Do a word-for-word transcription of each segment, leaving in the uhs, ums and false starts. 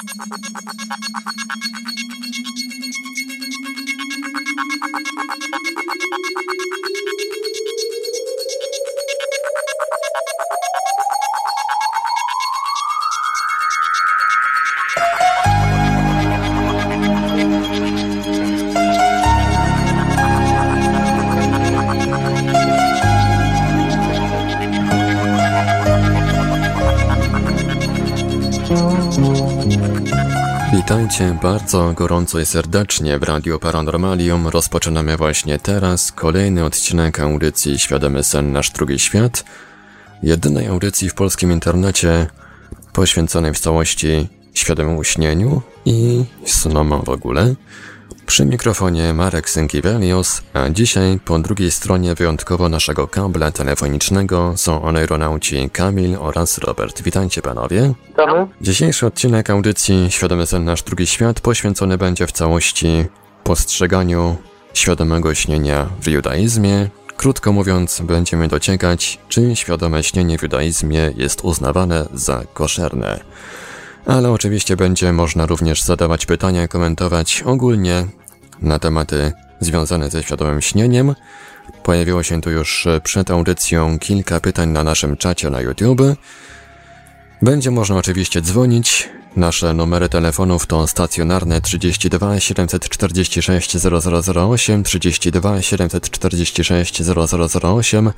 Witajcie bardzo gorąco i serdecznie w Radiu Paranormalium. Rozpoczynamy właśnie teraz kolejny odcinek audycji Świadomy Sen Nasz Drugi Świat, jedynej audycji w polskim internecie poświęconej w całości świadomemu śnieniu i snom w ogóle. Przy mikrofonie Marek Sękiewelios, a dzisiaj po drugiej stronie wyjątkowo naszego kabla telefonicznego są oneironauci Kamil oraz Robert. Witajcie panowie. Witamy. Dzisiejszy odcinek audycji Świadomy Sen Nasz Drugi Świat poświęcony będzie w całości postrzeganiu świadomego śnienia w judaizmie. Krótko mówiąc, będziemy dociekać, czy świadome śnienie w judaizmie jest uznawane za koszerne. Ale oczywiście będzie można również zadawać pytania, komentować ogólnie na tematy związane ze świadomym śnieniem. Pojawiło się tu już przed audycją kilka pytań na naszym czacie na YouTube. Będzie można oczywiście dzwonić. Nasze numery telefonów to stacjonarne trzydzieści dwa siedemset czterdzieści sześć zero zero zero osiem, trzydzieści dwa siedemset czterdzieści sześć zero zero zero osiem,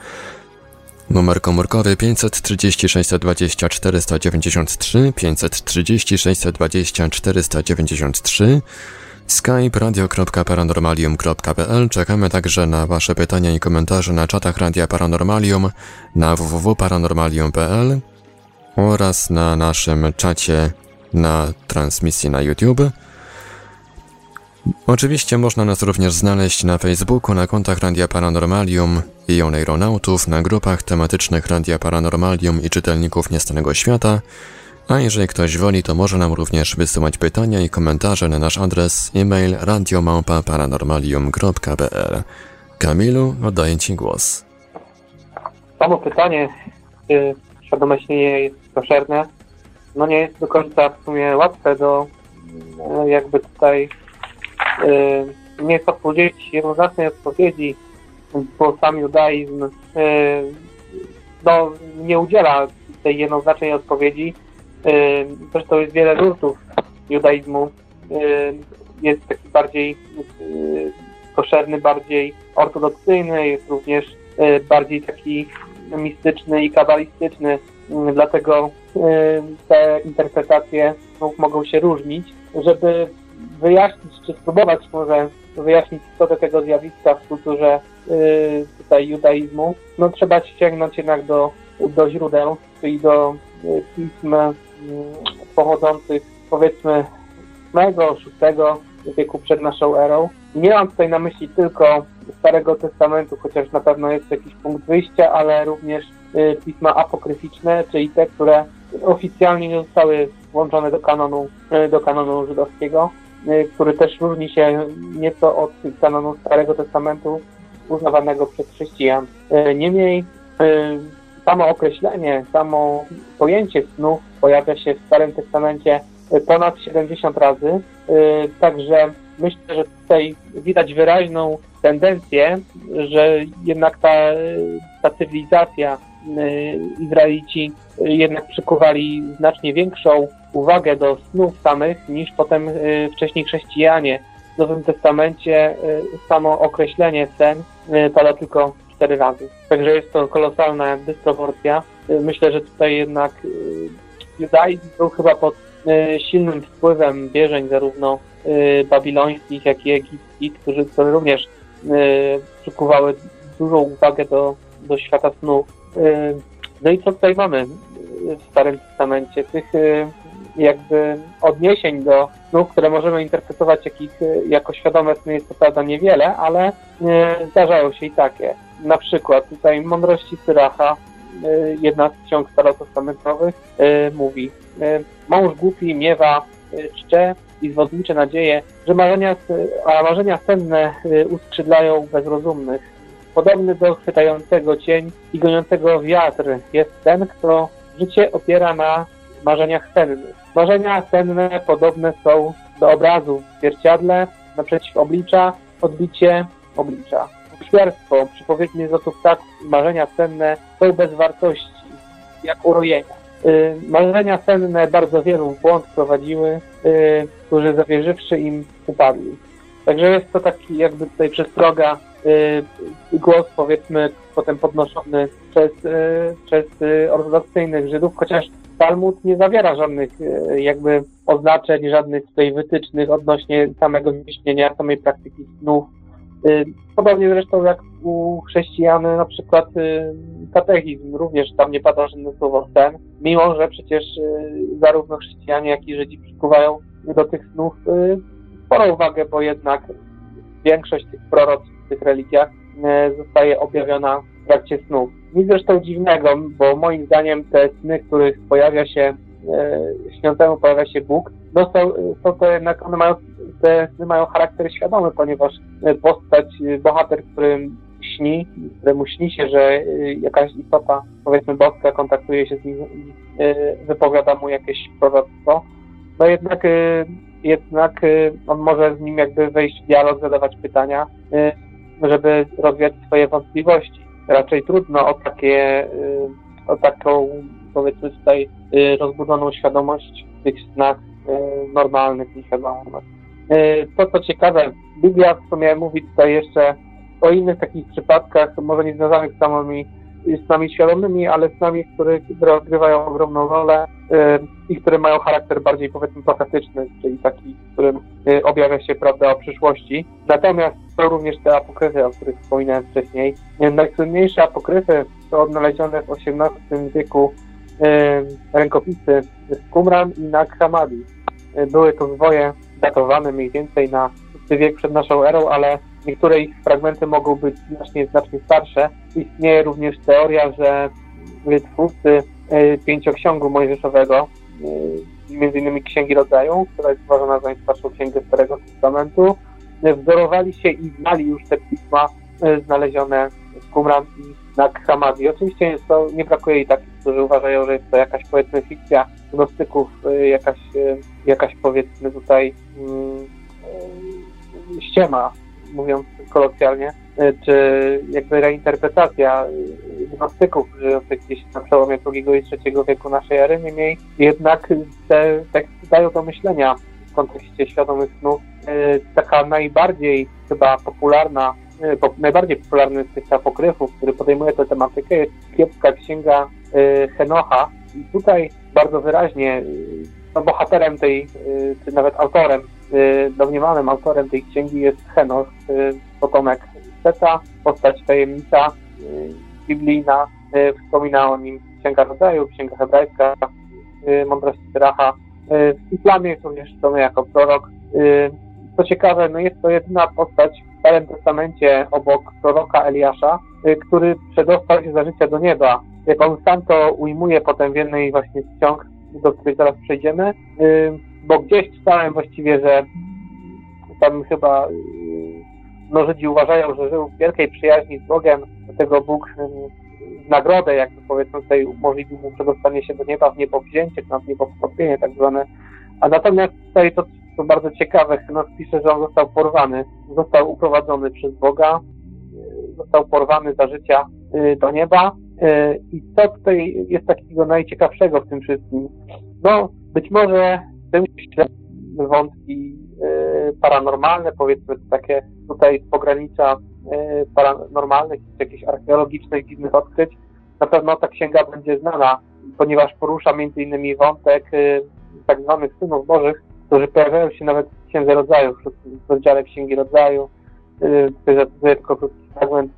numer komórkowy pięćset trzydzieści sześć dwadzieścia czterysta dziewięćdziesiąt trzy, pięćset trzydzieści sześć dwadzieścia czterysta dziewięćdziesiąt trzy, Skype radio kropka paranormalium kropka p l. Czekamy także na wasze pytania i komentarze na czatach Radia Paranormalium na w w w kropka paranormalium kropka p l oraz na naszym czacie na transmisji na YouTube. Oczywiście można nas również znaleźć na Facebooku, na kontach Radia Paranormalium i Oneironautów, na grupach tematycznych Radia Paranormalium i Czytelników Niestanego Świata, a jeżeli ktoś woli, to może nam również wysyłać pytania i komentarze na nasz adres e-mail radio małpa paranormalium kropka p l. Kamilu, oddaję ci głos. Samo pytanie, czy świadome śnienie jest koszerne, no nie jest do końca w sumie łatwe do jakby tutaj Yy, nie jest odpowiedzi, jednoznacznej odpowiedzi, bo sam judaizm yy, no, nie udziela tej jednoznacznej odpowiedzi. Yy, zresztą jest wiele nurtów judaizmu. Yy, jest taki bardziej yy, koszerny, bardziej ortodoksyjny, jest również yy, bardziej taki mistyczny i kabalistyczny. Yy, dlatego yy, te interpretacje no, mogą się różnić. Żeby wyjaśnić, czy spróbować może wyjaśnić istotę tego zjawiska w kulturze yy, tutaj judaizmu, no trzeba sięgnąć jednak do, do źródeł, czyli do yy, pism yy, pochodzących powiedzmy ósmego, szóstego wieku przed naszą erą. Nie mam tutaj na myśli tylko Starego Testamentu, chociaż na pewno jest jakiś punkt wyjścia, ale również yy, pisma apokryficzne, czyli te, które oficjalnie nie zostały włączone do kanonu, yy, do kanonu żydowskiego, który też różni się nieco od kanonu Starego Testamentu uznawanego przez chrześcijan. Niemniej samo określenie, samo pojęcie snu pojawia się w Starym Testamencie ponad siedemdziesiąt razy, także myślę, że tutaj widać wyraźną tendencję, że jednak ta, ta cywilizacja, Izraelici jednak przykuwali znacznie większą uwagę do snów samych niż potem y, wcześniej chrześcijanie. W Nowym Testamencie y, samo określenie sen y, pada tylko cztery razy. Także jest to kolosalna dysproporcja. Y, myślę, że tutaj jednak y, judaizm był chyba pod y, silnym wpływem wierzeń zarówno y, babilońskich, jak i egipskich, którzy, które również y, przykuwały dużą uwagę do, do świata snów. Y, no i co tutaj mamy w Starym Testamencie? Tych y, jakby odniesień do snów, które możemy interpretować jakich, jako świadome sny, jest to prawda niewiele, ale y, zdarzają się i takie. Na przykład tutaj Mądrości Syracha, y, jedna z ksiąg starotestamentowych, y, mówi: y, mąż głupi miewa y, czcze i zwodnicze nadzieje, że marzenia, a marzenia senne y, uskrzydlają bezrozumnych. Podobny do chwytającego cień i goniącego wiatr jest ten, kto życie opiera na marzeniach sennych. Marzenia senne podobne są do obrazu w zwierciadle, naprzeciw oblicza, odbicie oblicza. Świarstwo, przypowiednie z lotu ptaków i marzenia senne są bez wartości, jak urojenia. Yy, marzenia senne bardzo wielu w błąd prowadziły, yy, którzy zawierzywszy im upadli. Także jest to taki jakby tutaj przestroga, yy, głos powiedzmy potem podnoszony przez, yy, przez yy, ortodoksyjnych Żydów, chociaż Talmud nie zawiera żadnych yy, jakby oznaczeń, żadnych tutaj wytycznych odnośnie samego śnienia, samej praktyki snów. Yy, podobnie zresztą jak u chrześcijan na przykład yy, katechizm, również tam nie pada żadne słowo sen, mimo że przecież yy, zarówno chrześcijanie, jak i Żydzi przykuwają do tych snów yy, sporą uwagę, bo jednak większość tych proroctw w tych religiach yy, zostaje objawiona w trakcie snów. Nic zresztą dziwnego, bo moim zdaniem te sny, w których pojawia się yy, śniącemu pojawia się Bóg, no są, są to jednak, one mają, te sny mają charakter świadomy, ponieważ postać, bohater, którym śni, któremu śni się, że jakaś istota, powiedzmy boska, kontaktuje się z nim i wypowiada mu jakieś proroctwo, no jednak, jednak on może z nim jakby wejść w dialog, zadawać pytania, żeby rozwiać swoje wątpliwości. Raczej trudno o takie, o taką, powiedzmy tutaj, rozbudzoną świadomość w tych snach normalnych, nieświadomych. To, co ciekawe, Biblia w sumie mówi tutaj jeszcze o innych takich przypadkach, może nie związanych z samymi snami świadomymi, ale snami, które, które odgrywają ogromną rolę yy, i które mają charakter bardziej, powiedzmy, profetyczny, czyli taki, w którym yy, objawia się prawda o przyszłości. Natomiast są również te apokryfy, o których wspominałem wcześniej. Yy, najsłynniejsze apokryfy są odnalezione w osiemnastym wieku yy, rękopisy z Qumran i Nag Hammadi. Yy, były to zwoje datowane mniej więcej na szósty wiek przed naszą erą, ale niektóre ich fragmenty mogą być znacznie, znacznie starsze. Istnieje również teoria, że twórcy pięcioksiągu mojżeszowego, między innymi Księgi Rodzaju, która jest uważana za najstarszą księgę Starego Testamentu, wzorowali się i znali już te pisma znalezione w Qumran i Nag Hammadi. Oczywiście jest to, nie brakuje i takich, którzy uważają, że jest to jakaś, powiedzmy, fikcja gnostyków, jakaś, jakaś powiedzmy tutaj um, ściema, mówiąc kolokwialnie, czy jakby reinterpretacja gnostyków żyjących gdzieś na przełomie drugiego i trzeciego wieku naszej ery. Niemniej jednak te teksty dają do myślenia w kontekście świadomych snów. Taka najbardziej chyba popularna, najbardziej popularny z tych apokryfów, który podejmuje tę tematykę, jest kiepska księga Henocha. I tutaj bardzo wyraźnie no, bohaterem tej, czy nawet autorem, domniemanym autorem tej księgi jest Henoch, potomek Seta, postać tajemnica biblijna, wspomina o nim Księga Rodzaju, Księga Hebrajska, Mądrość Syracha. W islamie jest również czytany jako prorok. Co ciekawe, no jest to jedyna postać w Starym Testamencie obok proroka Eliasza, który przedostał się za życia do nieba. Jak on sam to ujmuje potem w jednej właśnie z ksiąg, do której zaraz przejdziemy, bo gdzieś czytałem właściwie, że tam chyba no, Żydzi uważają, że żył w wielkiej przyjaźni z Bogiem, dlatego Bóg w nagrodę, jakby powiedzmy tutaj umożliwił mu przedostanie się do nieba w niebowzięcie, czy na niebowstąpienie tak zwane. A natomiast tutaj to, to bardzo ciekawe, Henoch pisze, że on został porwany, został uprowadzony przez Boga, został porwany za życia do nieba. I co tutaj jest takiego najciekawszego w tym wszystkim? No, być może tym się wątki paranormalne, powiedzmy takie tutaj z pogranicza paranormalnych, czy jakichś archeologicznych, dziwnych odkryć. Na pewno ta księga będzie znana, ponieważ porusza między innymi wątek tak zwanych synów bożych, którzy pojawiają się nawet w Księdze Rodzaju, w rozdziale Księgi Rodzaju. Tutaj zacytuję tylko krótki fragment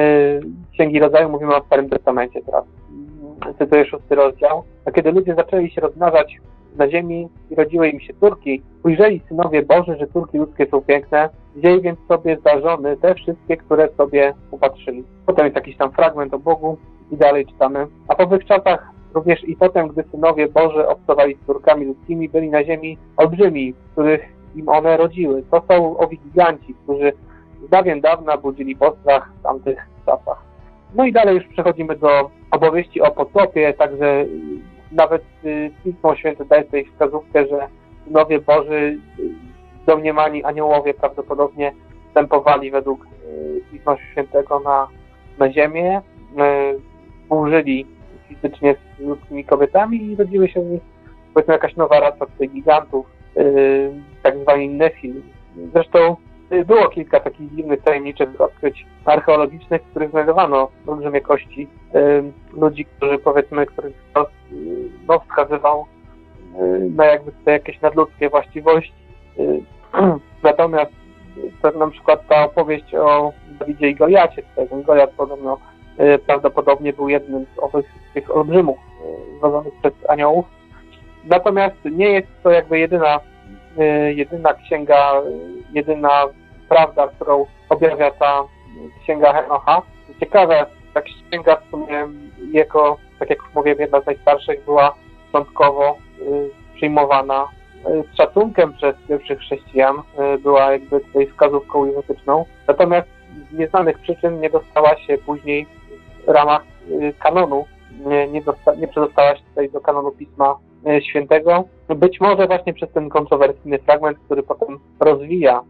Księgi Rodzaju, mówimy o Starym Testamencie teraz. Cytuję szósty rozdział. A kiedy ludzie zaczęli się rozmnażać na ziemi i rodziły im się córki, ujrzeli synowie Boży, że córki ludzkie są piękne, wzięli więc sobie za żony te wszystkie, które sobie upatrzyli. Potem jest jakiś tam fragment o Bogu i dalej czytamy. A po owych czasach również i potem, gdy synowie Boży obcowali z córkami ludzkimi, byli na ziemi olbrzymi, których im one rodziły. To są owi giganci, którzy z dawien dawna budzili postrach w tamtych czasach. No i dalej już przechodzimy do opowieści o potopie, także nawet Pismo Święte daje tutaj wskazówkę, że synowie Boży, domniemani aniołowie prawdopodobnie wstępowali według Pisma Świętego na, na ziemię, współżyli fizycznie z ludzkimi kobietami i rodziły się z nich, powiedzmy, jakaś nowa rasa tych gigantów, tak zwani Nefil. Zresztą było kilka takich dziwnych, tajemniczych odkryć archeologicznych, w których znajdowano olbrzymie kości ludzi, którzy, powiedzmy, których los no, wskazywał na jakby tutaj jakieś nadludzkie właściwości. Natomiast to na przykład ta opowieść o Dawidzie i Goliacie, ten Goliat podobno prawdopodobnie był jednym z owych tych olbrzymów zrodzonych przez aniołów. Natomiast nie jest to jakby jedyna jedyna księga, jedyna prawda, którą objawia ta księga Henocha. Ciekawe, ta księga w sumie jako, tak jak mówię, jedna z najstarszych była początkowo przyjmowana z szacunkiem przez pierwszych chrześcijan, była jakby tutaj wskazówką idiotyczną. Natomiast z nieznanych przyczyn nie dostała się później w ramach kanonu, nie, nie, dosta, nie przedostała się tutaj do kanonu Pisma Świętego. Być może właśnie przez ten kontrowersyjny fragment, który potem rozwija,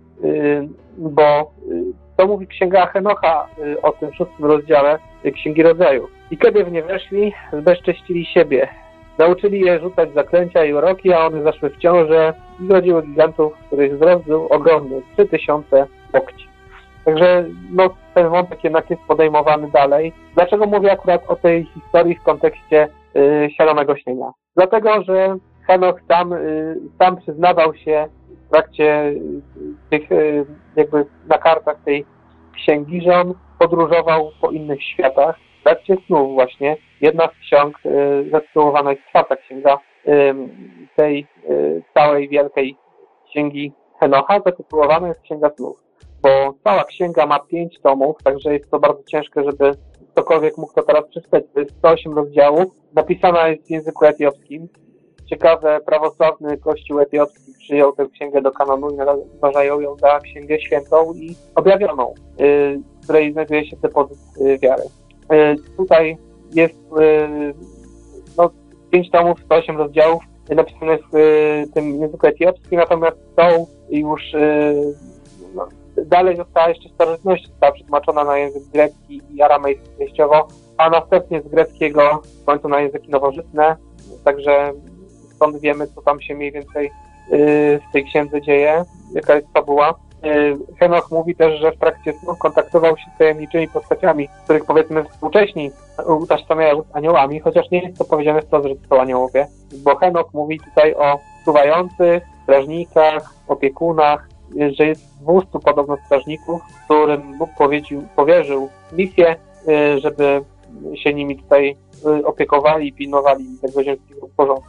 bo to mówi księga Henocha o tym szóstym rozdziale Księgi Rodzaju. I kiedy w nie weszli, zbezcześcili siebie. Nauczyli je rzucać zaklęcia i uroki, a one zaszły w ciążę i rodziły gigantów, których wzrost był ogromny, trzy tysiące łokci. Także no, ten wątek jednak jest podejmowany dalej. Dlaczego mówię akurat o tej historii w kontekście y, Zielonego Śnienia? Dlatego, że Henoch sam, y, sam przyznawał się w trakcie y, tych y, jakby na kartach tej księgi, że on podróżował po innych światach w trakcie snów właśnie. Jedna z ksiąg y, zatytułowana jest czwarta księga y, tej y, całej wielkiej księgi Henocha, zatytułowana jest Księga Snów. Bo cała księga ma pięć tomów, także jest to bardzo ciężkie, żeby ktokolwiek mógł to teraz przeczytać. To jest sto osiem rozdziałów. Napisana jest w języku etiopskim. Ciekawe, prawosławny kościół etiopski przyjął tę księgę do kanonu i uważają ją za księgę świętą i objawioną, yy, w której znajduje się depozyt yy, wiary. Yy, tutaj jest yy, no, pięć tomów, sto osiem rozdziałów yy, napisane w yy, tym języku etiopskim, natomiast są już yy, no, dalej została jeszcze starożytność, została przetłumaczona na język grecki i aramejski częściowo, a następnie z greckiego w końcu na języki nowożytne, także stąd wiemy, co tam się mniej więcej yy, w tej księdze dzieje, jaka jest fabuła. Yy, Henoch mówi też, że w trakcie snów kontaktował się z tajemniczymi postaciami, których powiedzmy współcześni utożsamiają z aniołami, chociaż nie jest to powiedziane wprost, że to są aniołowie, bo Henoch mówi tutaj o czuwających, strażnikach, opiekunach, że jest dwustu podobno strażników, którym Bóg powiedził, powierzył misję, żeby się nimi tutaj opiekowali i pilnowali tego ziemskiego porządku.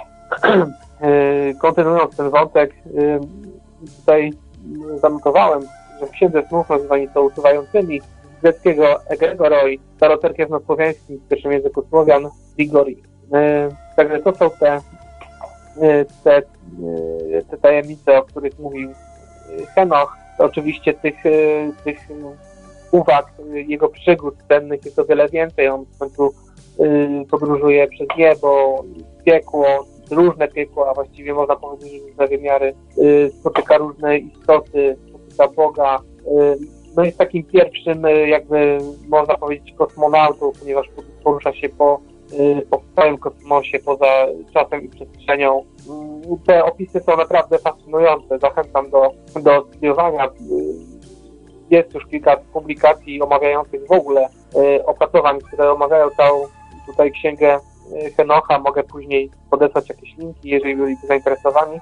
Kontynuując ten wątek, tutaj zanotowałem, że w Księdze Snów nazywani są usuwającymi, z greckiego egregoroi, starocerkiewno-słowiańskim, w pierwszym języku Słowian, Grigori. Także to są te, te, te tajemnice, o których mówił Henoch. Oczywiście tych, tych uwag, jego przygód cennych jest o wiele więcej. On w końcu podróżuje przez niebo, piekło, różne piekła, a właściwie można powiedzieć, że różne wymiary, spotyka różne istoty, spotyka Boga. No jest takim pierwszym, jakby można powiedzieć, kosmonautą, ponieważ porusza się po, po całym kosmosie, poza czasem i przestrzenią. Te opisy są naprawdę fascynujące. Zachęcam do, do studiowania. Jest już kilka publikacji omawiających w ogóle opracowań, które omawiają całą tutaj księgę Henocha. Mogę później podesłać jakieś linki, jeżeli byliby zainteresowani.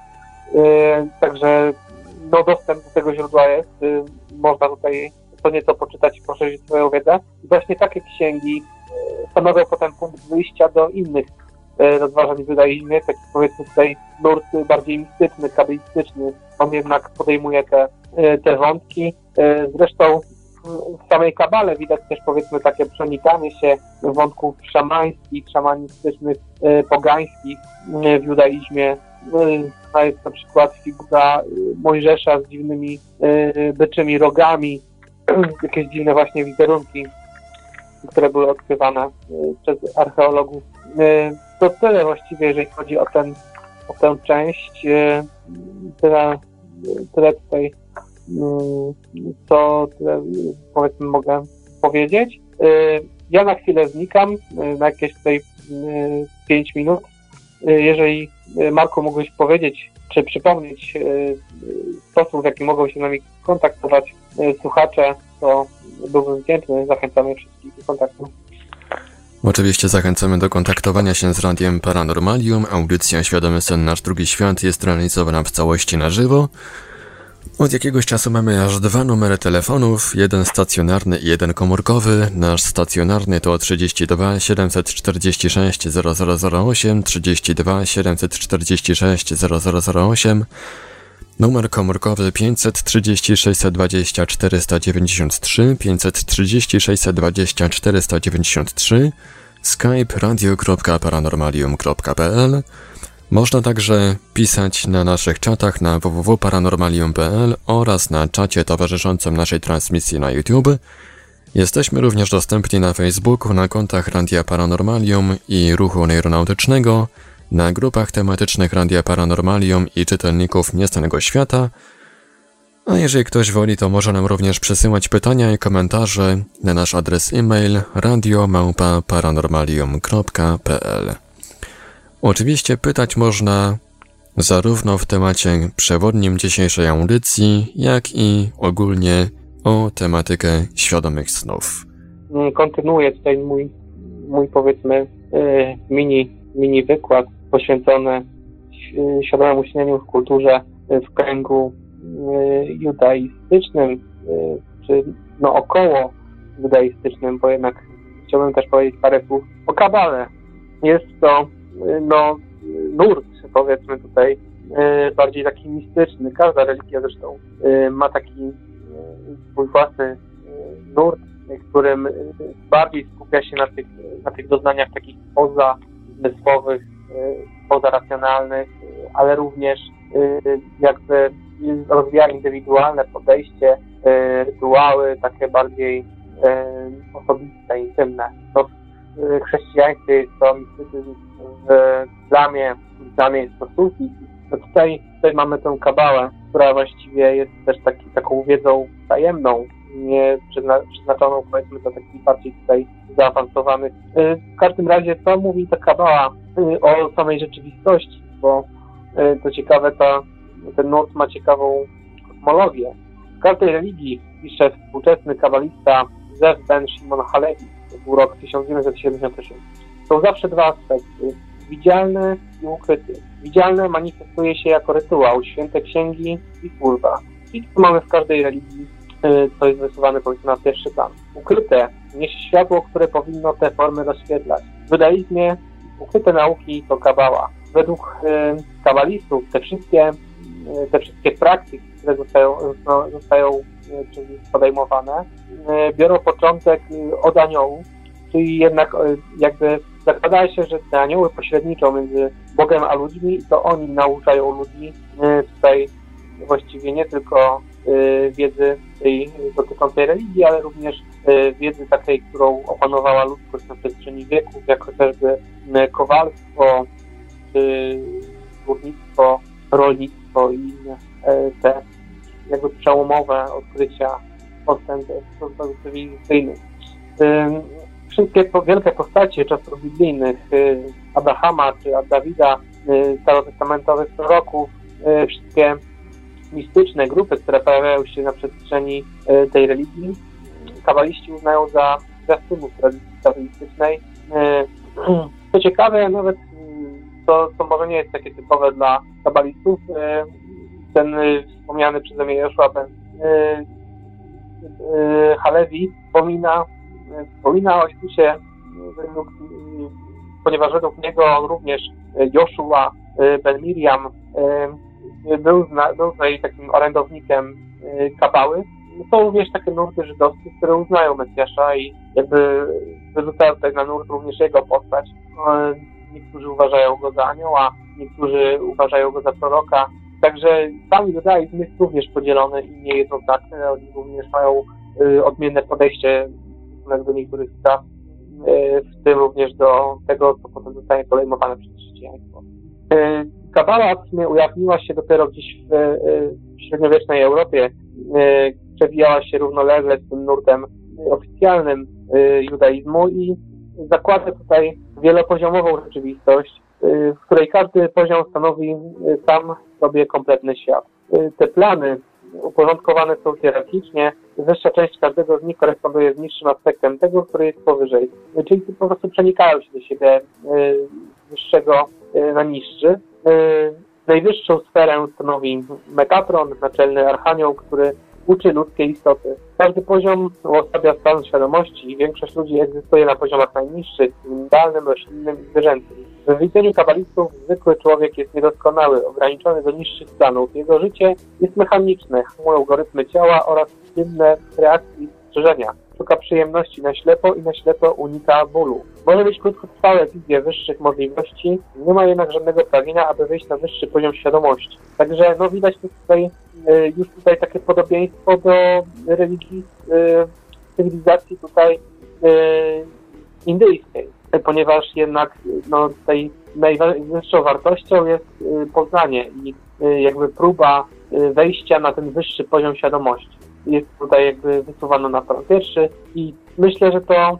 Także no, dostęp do tego źródła jest. Można tutaj co nieco poczytać i poszerzyć swoją wiedzę. I właśnie takie księgi stanowią potem punkt wyjścia do innych rozważań w judaizmie, taki powiedzmy tutaj nurt bardziej mistyczny, kabalistyczny. On jednak podejmuje te, te wątki. Zresztą w samej kabale widać też powiedzmy takie przenikanie się wątków szamańskich, szamanistycznych, pogańskich w judaizmie. Jest na przykład figura Mojżesza z dziwnymi byczymi rogami, jakieś dziwne właśnie wizerunki, które były odkrywane przez archeologów. to tyle właściwie, jeżeli chodzi o, ten, o tę część. Tyle, tyle tutaj, co tyle, powiedzmy mogę powiedzieć. Ja na chwilę znikam, na jakieś tutaj pięć minut. Jeżeli, Marku, mógłbyś powiedzieć, czy przypomnieć sposób, w jaki mogą się z nami kontaktować słuchacze, to byłbym wdzięczny. Zachęcamy wszystkich do kontaktu. Oczywiście zachęcamy do kontaktowania się z Radiem Paranormalium. Audycja Świadomy Sen Nasz Drugi Świat jest realizowana w całości na żywo. Od jakiegoś czasu mamy aż dwa numery telefonów, jeden stacjonarny i jeden komórkowy. Nasz stacjonarny to trzydzieści dwa siedemset czterdzieści sześć zero zero zero osiem, trzydzieści dwa siedemset czterdzieści sześć zero zero zero osiem, numer komórkowy pięćset trzydzieści sześćset dwadzieścia czterysta dziewięćdziesiąt trzy, pięćset trzydzieści sześćset dwadzieścia czterysta dziewięćdziesiąt trzy, skype radio kropka paranormalium kropka p l. Można także pisać na naszych czatach na w w w kropka paranormalium kropka p l oraz na czacie towarzyszącym naszej transmisji na YouTube. Jesteśmy również dostępni na Facebooku, na kontach Radia Paranormalium i Ruchu Neuronautycznego, na grupach tematycznych Radia Paranormalium i czytelników Nieznanego Świata. A jeżeli ktoś woli, to może nam również przesyłać pytania i komentarze na nasz adres e-mail radio małpa paranormalium kropka p l. Oczywiście pytać można zarówno w temacie przewodnim dzisiejszej audycji, jak i ogólnie o tematykę świadomych snów. Kontynuuję tutaj mój, mój powiedzmy mini, mini wykład poświęcony świadomemu śnieniu w kulturze w kręgu judaistycznym, czy no około judaistycznym, bo jednak chciałbym też powiedzieć parę słów o kabale. Jest to no, nurt, powiedzmy tutaj, bardziej taki mistyczny. Każda religia zresztą ma taki swój własny nurt, w którym bardziej skupia się na tych, na tych doznaniach takich pozazmysłowych, pozaracjonalnych, ale również jakby rozwija indywidualne podejście, rytuały takie bardziej osobiste, intymne. No, w chrześcijaństwie jest to mistycyzm, w islamie, w islamie jest to sufizm. No tutaj, tutaj mamy tę kabałę, która właściwie jest też taki, taką wiedzą tajemną, nie przeznaczoną, powiedzmy, do takich bardziej tutaj zaawansowanych. W każdym razie, co mówi ta kabała o samej rzeczywistości, bo to ciekawe, to, ten nurt ma ciekawą kosmologię. W każdej religii, pisze współczesny kabalista Zev ben Shimon Halevi, to był rok tysiąc dziewięćset siedemdziesiąty szósty. Są zawsze dwa aspekty, widzialny i ukryty. Widzialne manifestuje się jako rytuał, święte księgi i służba. I to mamy w każdej religii, co jest wysuwane, powiedzmy, na pierwszy plan. Ukryte niesie światło, które powinno te formy rozświetlać. W judaizmie ukryte nauki to kabała. Według y, kabalistów te wszystkie, y, te wszystkie praktyki, które zostają, zostają y, czyli podejmowane, y, biorą początek y, od aniołów, czyli jednak y, jakby zakłada się, że te anioły pośredniczą między Bogiem a ludźmi i to oni nauczają ludzi y, tutaj właściwie nie tylko y, wiedzy tej dotyczącej religii, ale również y, wiedzy takiej, którą opanowała ludzkość na przestrzeni wieków, jak chociażby y, kowalstwo, czy górnictwo, rolnictwo i inne y, te jakby przełomowe odkrycia, postępy cywilizacyjne. Y, Wszystkie to wielkie postacie czasów biblijnych, y, Abrahama czy Dawida, y, starotestamentowych proroków, y, wszystkie mistyczne grupy, które pojawiają się na przestrzeni y, tej religii, kabaliści uznają za zwiastunów tradycji kabalistycznej. Y, co ciekawe, nawet to, co może nie jest takie typowe dla kabalistów, y, ten y, wspomniany przeze mnie Joshua ben y, y, Halevi wspomina Wspomina o Jezusie, według, ponieważ według niego również Joshua ben Miriam był, zna, był tutaj takim orędownikiem kabały. Są również takie nurty żydowskie, które uznają Mesjasza i jakby wyrzucają tutaj na nurt również jego postać. Niektórzy uważają go za anioła, niektórzy uważają go za proroka. Także sam judaizm jest również podzielony i niejednoznaczny. Oni również mają odmienne podejście do niektórych spraw. w tym również do tego, co potem zostanie podejmowane przez chrześcijaństwo. Kabala w sumie ujawniła się dopiero gdzieś w, w średniowiecznej Europie, przewijała się równolegle z tym nurtem oficjalnym judaizmu i zakłada tutaj wielopoziomową rzeczywistość, w której każdy poziom stanowi sam sobie kompletny świat. Te plany uporządkowane są hierarchicznie, wyższa część każdego z nich koresponduje z niższym aspektem tego, który jest powyżej. Czyli po prostu przenikają się do siebie z wyższego na niższy. Najwyższą sferę stanowi Metatron, naczelny archanioł, który uczy ludzkiej istoty. Każdy poziom uosabia stan świadomości i większość ludzi egzystuje na poziomach najniższych, mentalnym, roślinnym i zwierzęcym. W widzeniu kabalistów zwykły człowiek jest niedoskonały, ograniczony do niższych stanów. Jego życie jest mechaniczne, hamuje algorytmy ciała oraz inne reakcje i strzeżenia. Szuka przyjemności na ślepo i na ślepo unika bólu. Może mieć krótkotrwałe wizje wyższych możliwości, nie ma jednak żadnego pragnienia, aby wyjść na wyższy poziom świadomości. Także no widać tutaj już tutaj takie podobieństwo do religii, cywilizacji tutaj indyjskiej, ponieważ jednak no, tej najwyższą wartością jest poznanie i jakby próba wejścia na ten wyższy poziom świadomości. Jest tutaj jakby wysuwano na plan pierwszy i myślę, że to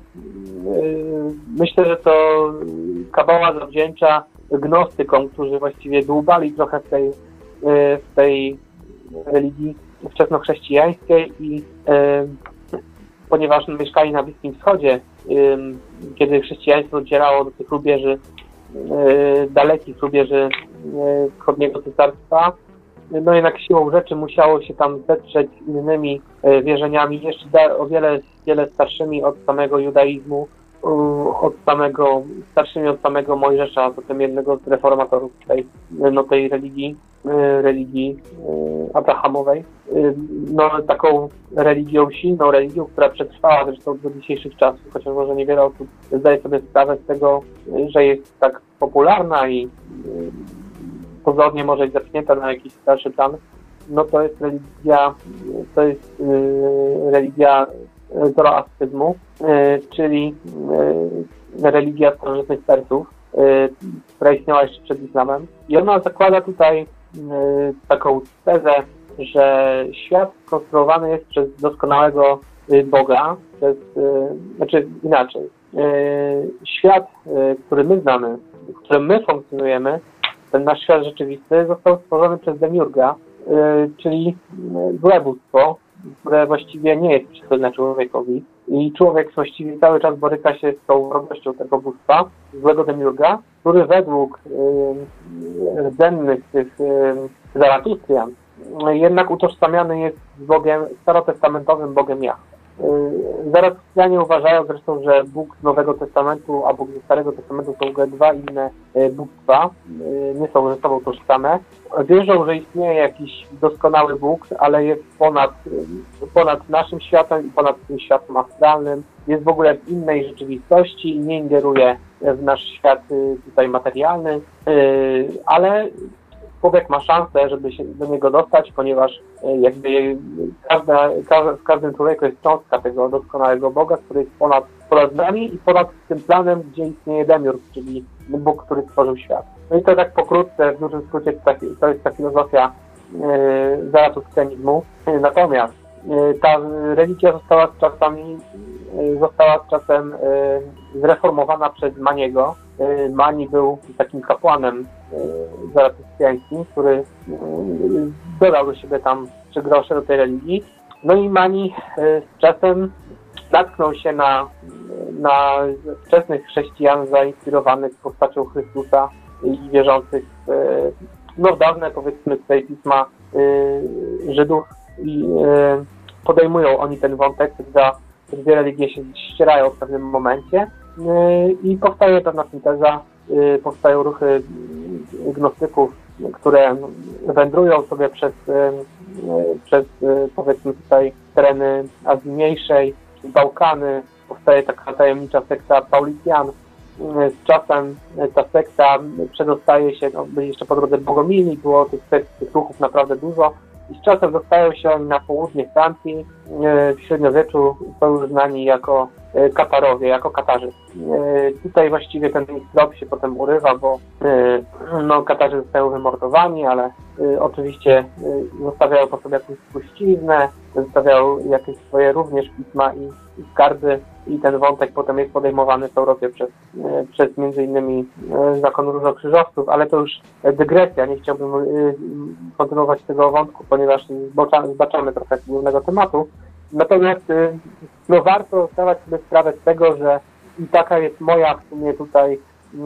myślę, że to Kabała zawdzięcza gnostykom, którzy właściwie dłubali trochę w tej, w tej religii wczesnochrześcijańskiej i e, ponieważ mieszkali na Bliskim Wschodzie, e, kiedy chrześcijaństwo docierało do tych rubieży, e, dalekich rubieży e, wschodniego cesarstwa, no jednak siłą rzeczy musiało się tam zetrzeć z innymi e, wierzeniami, jeszcze da, o wiele, wiele starszymi od samego judaizmu, od samego, starszymi od samego Mojżesza, potem jednego z reformatorów tej, no, tej religii, religii abrahamowej. No, taką religią, silną religią, która przetrwała zresztą do dzisiejszych czasów, chociaż może niewiele osób zdaje sobie sprawę z tego, że jest tak popularna i pozornie może być zepchnięta na jakiś starszy plan. No to jest religia, to jest yy, religia zoroastyzmu, yy, czyli yy, religia starożytnych Persów, yy, która istniała jeszcze przed islamem. I ona zakłada tutaj yy, taką tezę, że świat skonstruowany jest przez doskonałego yy, Boga, przez, yy, znaczy inaczej. Yy, świat, yy, który my znamy, w którym my funkcjonujemy, ten nasz świat rzeczywisty został stworzony przez Demiurga, yy, czyli złe bóstwo, które właściwie nie jest przychylne człowiekowi i człowiek właściwie cały czas boryka się z tą wrogością tego bóstwa, złego Demiurga, który według yy, rdzennych tych yy, Zaratustrian yy, jednak utożsamiany jest z Bogiem, starotestamentowym Bogiem Jahwe. Yy, Zaratustrianie uważają zresztą, że Bóg z Nowego Testamentu, a Bóg ze Starego Testamentu są w ogóle dwa inne yy, bóstwa, yy, nie są ze sobą tożsame. Wierzą, że istnieje jakiś doskonały Bóg, ale jest ponad, yy, ponad naszym światem i ponad tym światem astralnym. Jest w ogóle w innej rzeczywistości i nie ingeruje w nasz świat yy, tutaj materialny, yy, ale człowiek ma szansę, żeby się do niego dostać, ponieważ jakby każda, każda, w każdym człowieku jest cząstka tego doskonałego Boga, który jest ponad, ponad nami i ponad tym planem, gdzie istnieje Demiurg, czyli Bóg, który stworzył świat. No i to tak pokrótce, w dużym skrócie, to jest ta filozofia yy, zaratustrenizmu. Natomiast yy, ta religia została z czasami, yy, została z czasem yy, zreformowana przez Maniego. Yy, Mani był takim kapłanem zaratustriańskim, który dodał do siebie tam trzy grosze do tej religii. No i Mani z czasem natknął się na, na wczesnych chrześcijan zainspirowanych postacią Chrystusa i wierzących no, w dawne, powiedzmy, tutaj pisma Żydów i podejmują oni ten wątek, gdy te dwie religie się ścierają w pewnym momencie i powstaje pewna synteza, powstają ruchy gnostyków, które wędrują sobie przez, przez powiedzmy tutaj tereny Azji Mniejszej, Bałkany, powstaje taka tajemnicza sekta Paulician. Z czasem ta sekta przedostaje się, no, byli jeszcze po drodze bogomilni, było tych, tych ruchów naprawdę dużo i z czasem dostają się oni na południe Francji. W średniowieczu są już znani jako Katarowie, jako Katarzy. Tutaj właściwie ten trop się potem urywa, bo no, Katarzy zostają wymordowani, ale oczywiście zostawiają po sobie jakieś spuściznę, zostawiają jakieś swoje również pisma i, i skarby i ten wątek potem jest podejmowany w Europie przez, przez między innymi zakon różokrzyżowców, ale to już dygresja, nie chciałbym kontynuować tego wątku, ponieważ zbaczamy trochę z głównego tematu. Natomiast no, warto zdawać sobie sprawę z tego, że i taka jest moja w sumie tutaj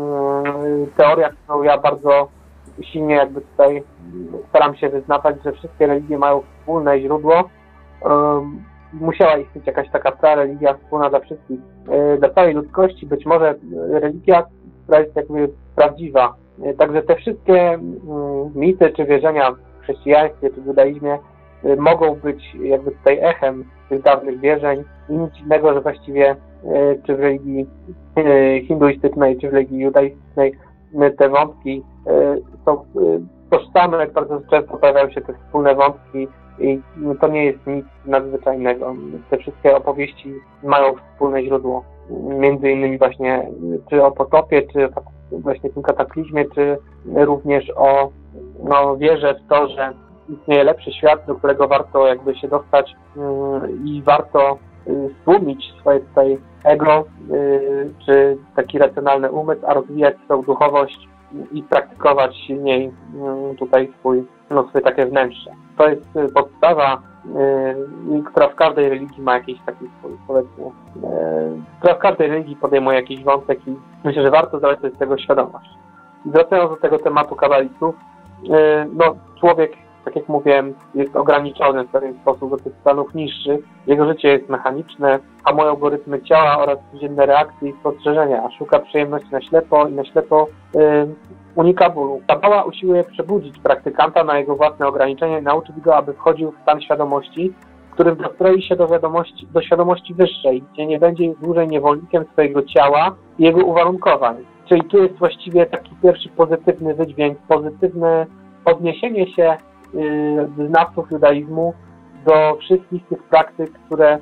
yy, teoria, którą ja bardzo silnie jakby tutaj staram się wyznaczać, że wszystkie religie mają wspólne źródło. Yy, musiała istnieć jakaś taka prareligia wspólna dla wszystkich, yy, dla całej ludzkości, być może religia, która jest jakby prawdziwa. Yy, także te wszystkie yy, mity czy wierzenia w chrześcijaństwie czy w judaizmie mogą być jakby tutaj echem tych dawnych wierzeń i nic dziwnego, że właściwie czy w religii hinduistycznej, czy w religii judaistycznej te wątki są tożsame, bardzo często pojawiają się te wspólne wątki i to nie jest nic nadzwyczajnego. Te wszystkie opowieści mają wspólne źródło. Między innymi właśnie czy o potopie, czy właśnie tym kataklizmie, czy również o no, wierze w to, że istnieje lepszy świat, do którego warto jakby się dostać yy, i warto yy, stłumić swoje tutaj ego, yy, czy taki racjonalny umysł, a rozwijać swoją duchowość i praktykować silniej yy, tutaj swój, no, swoje takie wnętrze. To jest yy, podstawa, yy, która w każdej religii ma jakiś taki swój, powiedzmy, yy, która w każdej religii podejmuje jakiś wątek i myślę, że warto zdawać sobie z tego świadomość. Wracając do tego tematu kabalistów, yy, no człowiek, tak jak mówiłem, jest ograniczony w pewien sposób do tych stanów niższych. Jego życie jest mechaniczne, hamuje algorytmy ciała oraz codzienne reakcje i spostrzeżenia, a szuka przyjemności na ślepo i na ślepo yy, unika bólu. Kabała usiłuje przebudzić praktykanta na jego własne ograniczenia i nauczyć go, aby wchodził w stan świadomości, w którym dostroi się do, wiadomości, do świadomości wyższej, gdzie nie będzie dłużej niewolnikiem swojego ciała i jego uwarunkowań. Czyli tu jest właściwie taki pierwszy pozytywny wydźwięk, pozytywne odniesienie się wyznawców judaizmu do wszystkich tych praktyk, które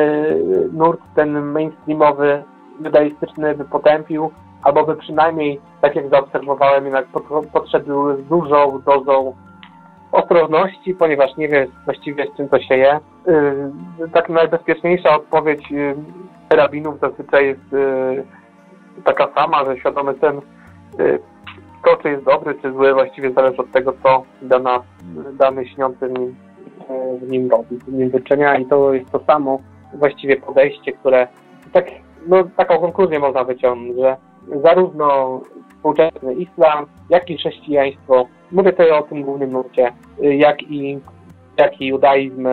nurt ten mainstreamowy, judaistyczny by potępił, albo by przynajmniej, tak jak zaobserwowałem, jednak podszedł z dużą dozą ostrożności, ponieważ nie wie właściwie z czym to się je. Tak najbezpieczniejsza odpowiedź rabinów zazwyczaj jest taka sama, że świadomy ten to, czy jest dobry, czy zły, właściwie zależy od tego, co dana, dany śniący w nim, w nim robi, w nim wyczynia i to jest to samo właściwie podejście, które tak, no, taką konkluzję można wyciągnąć, że zarówno współczesny islam, jak i chrześcijaństwo, mówię tutaj o tym głównym nurcie, jak i, jak i judaizm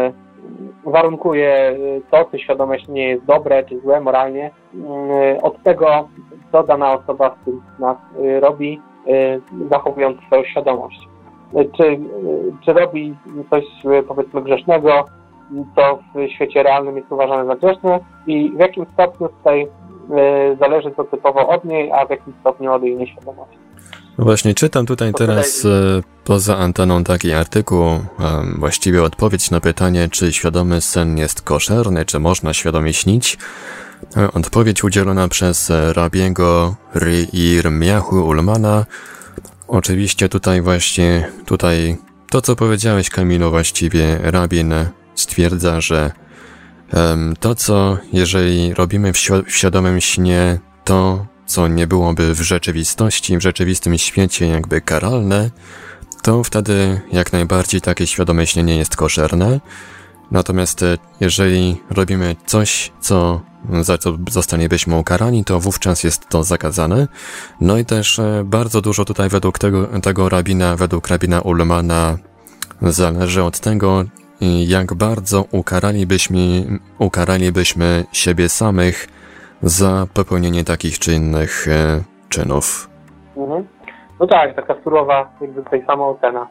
warunkuje to, czy świadomość nie jest dobre, czy złe moralnie, od tego, co dana osoba w tym nas robi, zachowując swoją świadomość. Czy, czy robi coś, powiedzmy, grzesznego, co w świecie realnym jest uważane za grzeszne i w jakim stopniu tutaj zależy to typowo od niej, a w jakim stopniu od jej nieświadomości. No właśnie, czytam tutaj teraz e, poza anteną taki artykuł, e, właściwie odpowiedź na pytanie, czy świadomy sen jest koszerny, czy można świadomie śnić. E, odpowiedź udzielona przez rabiego Irmiahu Ulmana. Oczywiście tutaj właśnie, tutaj to co powiedziałeś, Kamilu, właściwie rabin stwierdza, że um, to co, jeżeli robimy w, świ- w świadomym śnie, to co nie byłoby w rzeczywistości, w rzeczywistym świecie jakby karalne, to wtedy jak najbardziej takie świadome śnienie jest koszerne. Natomiast jeżeli robimy coś, co, za co zostanielibyśmy ukarani, to wówczas jest to zakazane. No i też bardzo dużo tutaj według tego, tego rabina, według rabina Ulmana zależy od tego, jak bardzo ukaralibyśmy, ukaralibyśmy siebie samych za popełnienie takich czy innych e, czynów. Mhm. No tak, taka surowa jakby tutaj samoocena.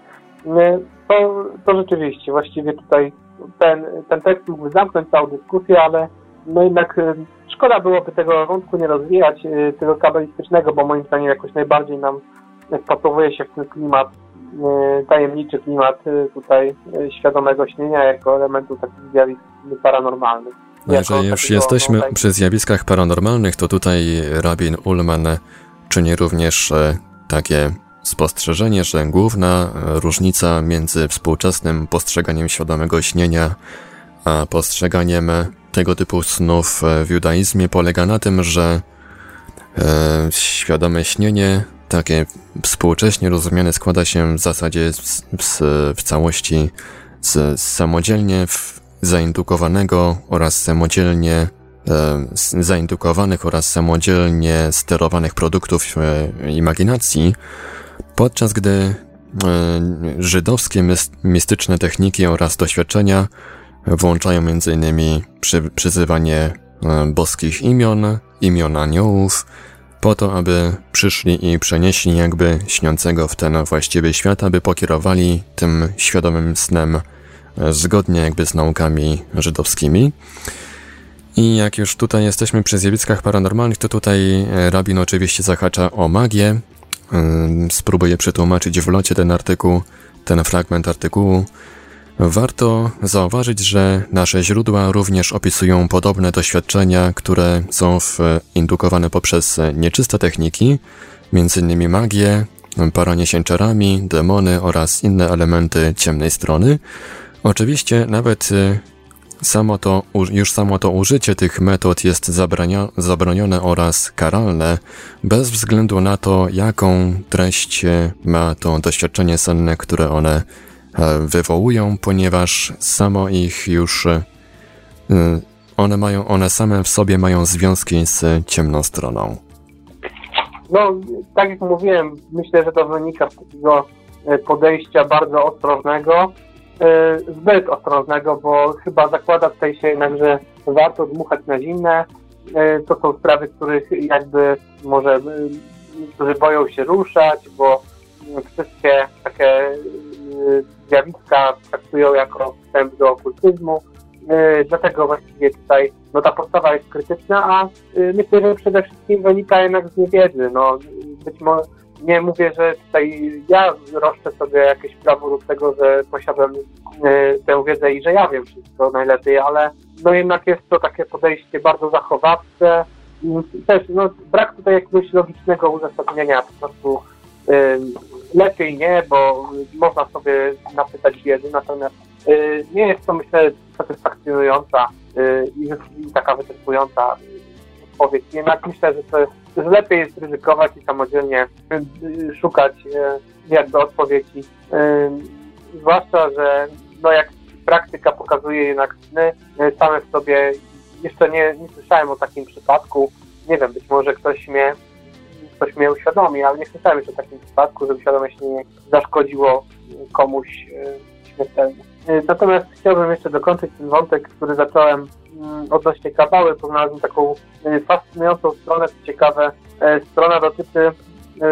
To, to rzeczywiście, właściwie tutaj ten, ten tekst mógłby zamknąć całą dyskusję, ale no jednak szkoda byłoby tego wątku nie rozwijać, tego kabalistycznego, bo moim zdaniem jakoś najbardziej nam wpasowuje się w ten klimat, tajemniczy klimat tutaj świadomego śnienia jako elementu takich zjawisk paranormalnych. No jeżeli już takiego, jesteśmy no, tak... przy zjawiskach paranormalnych, to tutaj rabin Ullman czyni również takie spostrzeżenie, że główna różnica między współczesnym postrzeganiem świadomego śnienia a postrzeganiem tego typu snów w judaizmie polega na tym, że e, świadome śnienie, takie współcześnie rozumiane, składa się w zasadzie z, z, w całości z, z samodzielnie w, zaindukowanego oraz samodzielnie e, zaindukowanych oraz samodzielnie sterowanych produktów e, imaginacji, podczas gdy e, żydowskie mistyczne techniki oraz doświadczenia włączają między innymi przy, przyzywanie e, boskich imion, imion aniołów, po to, aby przyszli i przenieśli jakby śniącego w ten właściwy świat, aby pokierowali tym świadomym snem e, zgodnie jakby z naukami żydowskimi. I jak już tutaj jesteśmy przy zjawiskach paranormalnych, to tutaj rabin oczywiście zahacza o magię. Spróbuję przetłumaczyć w locie ten artykuł, ten fragment artykułu. Warto zauważyć, że nasze źródła również opisują podobne doświadczenia, które są indukowane poprzez nieczyste techniki, m.in. magię, paranie się czarami, demony oraz inne elementy ciemnej strony. Oczywiście nawet samo to, już samo to użycie tych metod jest zabranio, zabronione oraz karalne, bez względu na to, jaką treść ma to doświadczenie senne, które one wywołują, ponieważ samo ich już one mają, one same w sobie mają związki z ciemną stroną. No, tak jak mówiłem, myślę, że to wynika z takiego podejścia bardzo ostrożnego, zbyt ostrożnego, bo chyba zakłada tutaj się jednak, że warto dmuchać na zimne. To są sprawy, których jakby może niektórzy boją się ruszać, bo wszystkie takie zjawiska traktują jako wstęp do okultyzmu. Dlatego właściwie tutaj no, ta postawa jest krytyczna, a myślę, że przede wszystkim wynika jednak z niewiedzy. No, być może nie mówię, że tutaj ja roszczę sobie jakieś prawo do tego, że posiadam tę wiedzę i że ja wiem wszystko najlepiej, ale no jednak jest to takie podejście bardzo zachowawcze i też no, brak tutaj jakiegoś logicznego uzasadnienia, po prostu y, lepiej nie, bo można sobie napytać wiedzy, natomiast y, nie jest to, myślę, satysfakcjonująca y, i taka wyczerpująca odpowiedź. Jednak myślę, że to jest, że lepiej jest ryzykować i samodzielnie y, szukać y, jakby odpowiedzi. Y, zwłaszcza, że no jak praktyka pokazuje jednak sny y, same w sobie, jeszcze nie, nie słyszałem o takim przypadku, nie wiem, być może ktoś mnie ktoś mnie uświadomi, ale nie słyszałem jeszcze o takim przypadku, żeby świadome śnienie zaszkodziło komuś y, śmiertelnie. Y, natomiast chciałbym jeszcze dokończyć ten wątek, który zacząłem y, odnośnie kabały. Poznalazłem taką y, fascynującą stronę, co ciekawe, y, strona dotyczy y,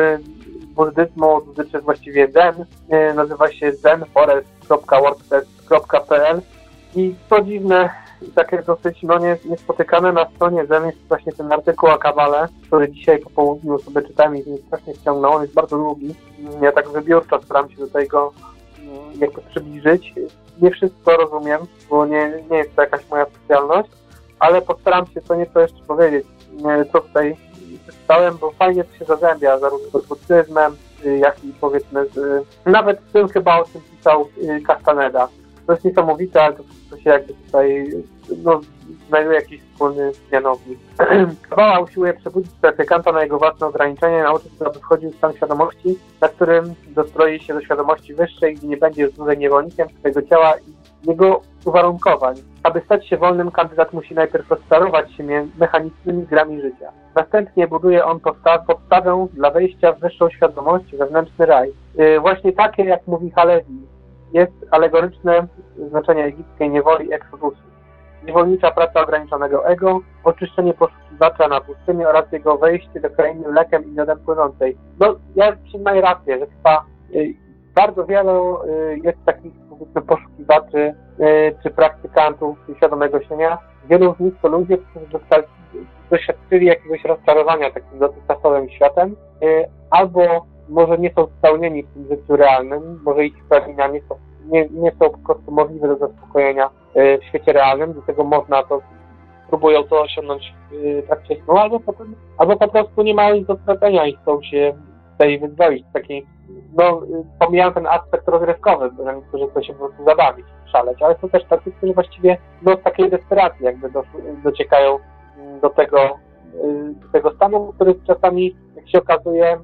buddyzmu, dotyczy właściwie zen, y, nazywa się zen forest kropka wordpress kropka p l i co dziwne, i takie dosyć no, nie, niespotykane na stronie Zen jest właśnie ten artykuł o kabale, który dzisiaj po południu sobie czytałem i mnie strasznie ściągnął. On jest bardzo długi. Ja tak wybiórczo staram się do tego jakby przybliżyć. Nie wszystko rozumiem, bo nie, nie jest to jakaś moja specjalność, ale postaram się co nieco jeszcze powiedzieć, co tutaj przeczytałem, bo fajnie to się zazębia zarówno z buddyzmem, jak i powiedzmy z, nawet z tym chyba, o czym pisał Castaneda. To jest niesamowite, ale to wszystko się jakby tutaj no, znajduje jakiś wspólny mianownik. Kabała usiłuje przebudzić praktykanta na jego własne ograniczenie, nauczyć go, aby wchodził w stan świadomości, na którym dostroi się do świadomości wyższej, gdzie nie będzie już dłużej niewolnikiem swojego ciała i jego uwarunkowań. Aby stać się wolnym, kandydat musi najpierw rozczarować się mechanicznymi grami życia. Następnie buduje on podsta- podstawę dla wejścia w wyższą świadomość, wewnętrzny raj. Yy, właśnie takie, jak mówi Halevi, jest alegoryczne znaczenie egipskiej niewoli eksodusu. Niewolnicza praca ograniczonego ego, oczyszczenie poszukiwacza na pustyni oraz jego wejście do krainy mlekiem i miodem płynącej. No, ja przyznaję rację, że chyba y, bardzo wielu y, jest takich powiedzmy poszukiwaczy y, czy praktykantów świadomego śnienia. Wielu z nich to ludzie, którzy doświadczyli jakiegoś rozczarowania takim dotychczasowym światem, y, albo może nie są spełnieni w tym życiu realnym, może ich pragnienia nie są, nie, nie są po prostu możliwe do zaspokojenia w świecie realnym, dlatego można to próbują to osiągnąć w trakcie snu, albo, potem, albo po prostu nie mają nic do stracenia i chcą się tutaj wyzwolić. Taki, no, pomijam ten aspekt rozrywkowy, bo niektórzy chcą się po prostu zabawić, szaleć, ale są też tacy, którzy właściwie no, z takiej desperacji jakby do, dociekają do tego, do tego stanu, który czasami, jak się okazuje,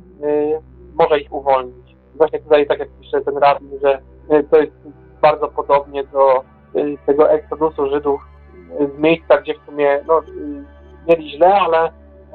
może ich uwolnić. Właśnie tutaj, tak jak pisze ten rabin, że to jest bardzo podobnie do tego eksodusu Żydów z miejsca, gdzie w sumie no, mieli źle, ale,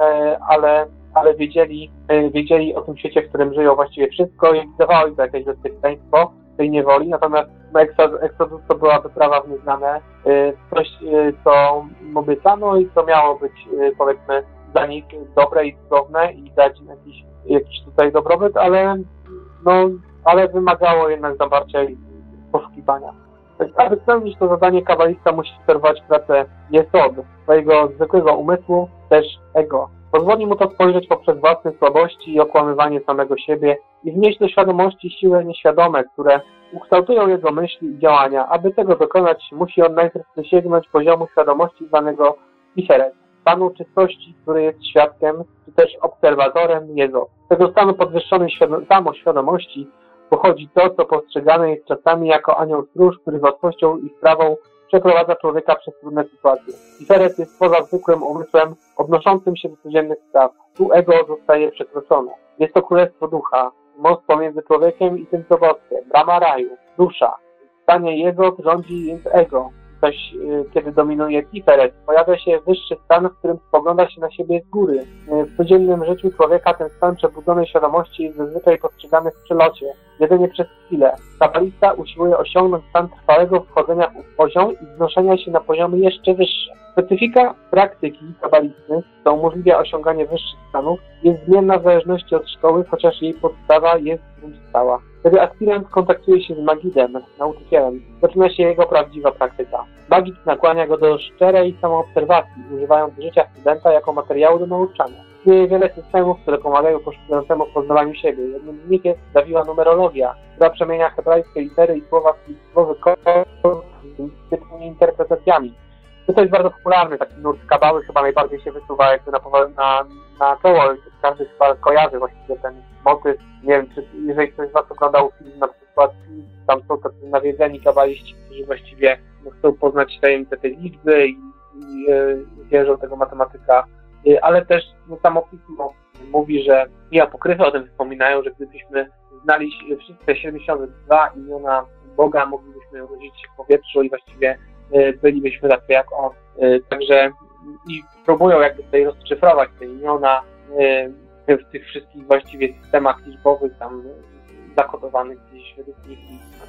ale, ale wiedzieli, wiedzieli o tym świecie, w którym żyją właściwie wszystko i wydawało im to jakieś bezpieczeństwo tej niewoli, natomiast eksodus to była wyprawa w nieznane, coś, co obiecano i co miało być, powiedzmy, dla nich dobre i cudowne i dać im jakiś, jakiś tutaj dobrobyt, ale, no, ale wymagało jednak zawarcia i poszukiwania. Aby spełnić to zadanie, kabalista musi obserwować pracę jesod, swojego zwykłego umysłu, też ego. Pozwoli mu to spojrzeć poprzez własne słabości i okłamywanie samego siebie i wnieść do świadomości siły nieświadome, które ukształtują jego myśli i działania. Aby tego dokonać, musi on najpierw dosięgnąć poziomu świadomości zwanego Tiferet, stanu czystości, który jest świadkiem, czy też obserwatorem Jezo. Z tego stanu podwyższonej świadom- samoświadomości pochodzi to, co postrzegane jest czasami jako anioł stróż, który z łatwością i sprawą przeprowadza człowieka przez trudne sytuacje. Tiferet jest poza zwykłym umysłem odnoszącym się do codziennych spraw. Tu ego zostaje przekroczone. Jest to królestwo ducha, most pomiędzy człowiekiem i tym probostwem, brama raju, dusza. W stanie jego rządzi więc ego. Coś, kiedy dominuje Tiferet, pojawia się wyższy stan, w którym spogląda się na siebie z góry. W codziennym życiu człowieka ten stan przebudzonej świadomości jest zazwyczaj postrzegany w przelocie, jedynie przez chwilę. Kabalista usiłuje osiągnąć stan trwałego wchodzenia w poziom i wznoszenia się na poziomy jeszcze wyższe. Specyfika praktyki kabalisty, co umożliwia osiąganie wyższych stanów, jest zmienna w zależności od szkoły, chociaż jej podstawa jest wręcz stała. Kiedy aspirant kontaktuje się z Magidem, nauczycielem, zaczyna się jego prawdziwa praktyka. Magid nakłania go do szczerej samoobserwacji, używając życia studenta jako materiału do nauczania. Istnieje wiele systemów, które pomagają poszukującemu w poznawaniu siebie. Jednym z nich jest zawiła numerologia, która przemienia hebrajskie litery i słowa w słowy kod z interpretacjami. To jest bardzo popularny, taki nurt kabały chyba najbardziej się wysuwa jakby na, na, na czoło. Każdy chyba kojarzy właściwie ten motyw. Nie wiem, czy jeżeli ktoś z was oglądał film na przykład, tam są tacy nawiedzeni kabaliści, którzy właściwie no, chcą poznać tajemnice tej liczby i, i yy, wierzą tego matematyka. Yy, ale też no, samo pismo mówi, że i apokryfy o tym wspominają, że gdybyśmy znali wszystkie siedemdziesiąt dwa imiona Boga, moglibyśmy urodzić się w powietrzu i właściwie bylibyśmy tacy jak on. Także i próbują jakby tutaj rozszyfrować te imiona w tych wszystkich właściwie systemach liczbowych tam zakodowanych gdzieś według nich.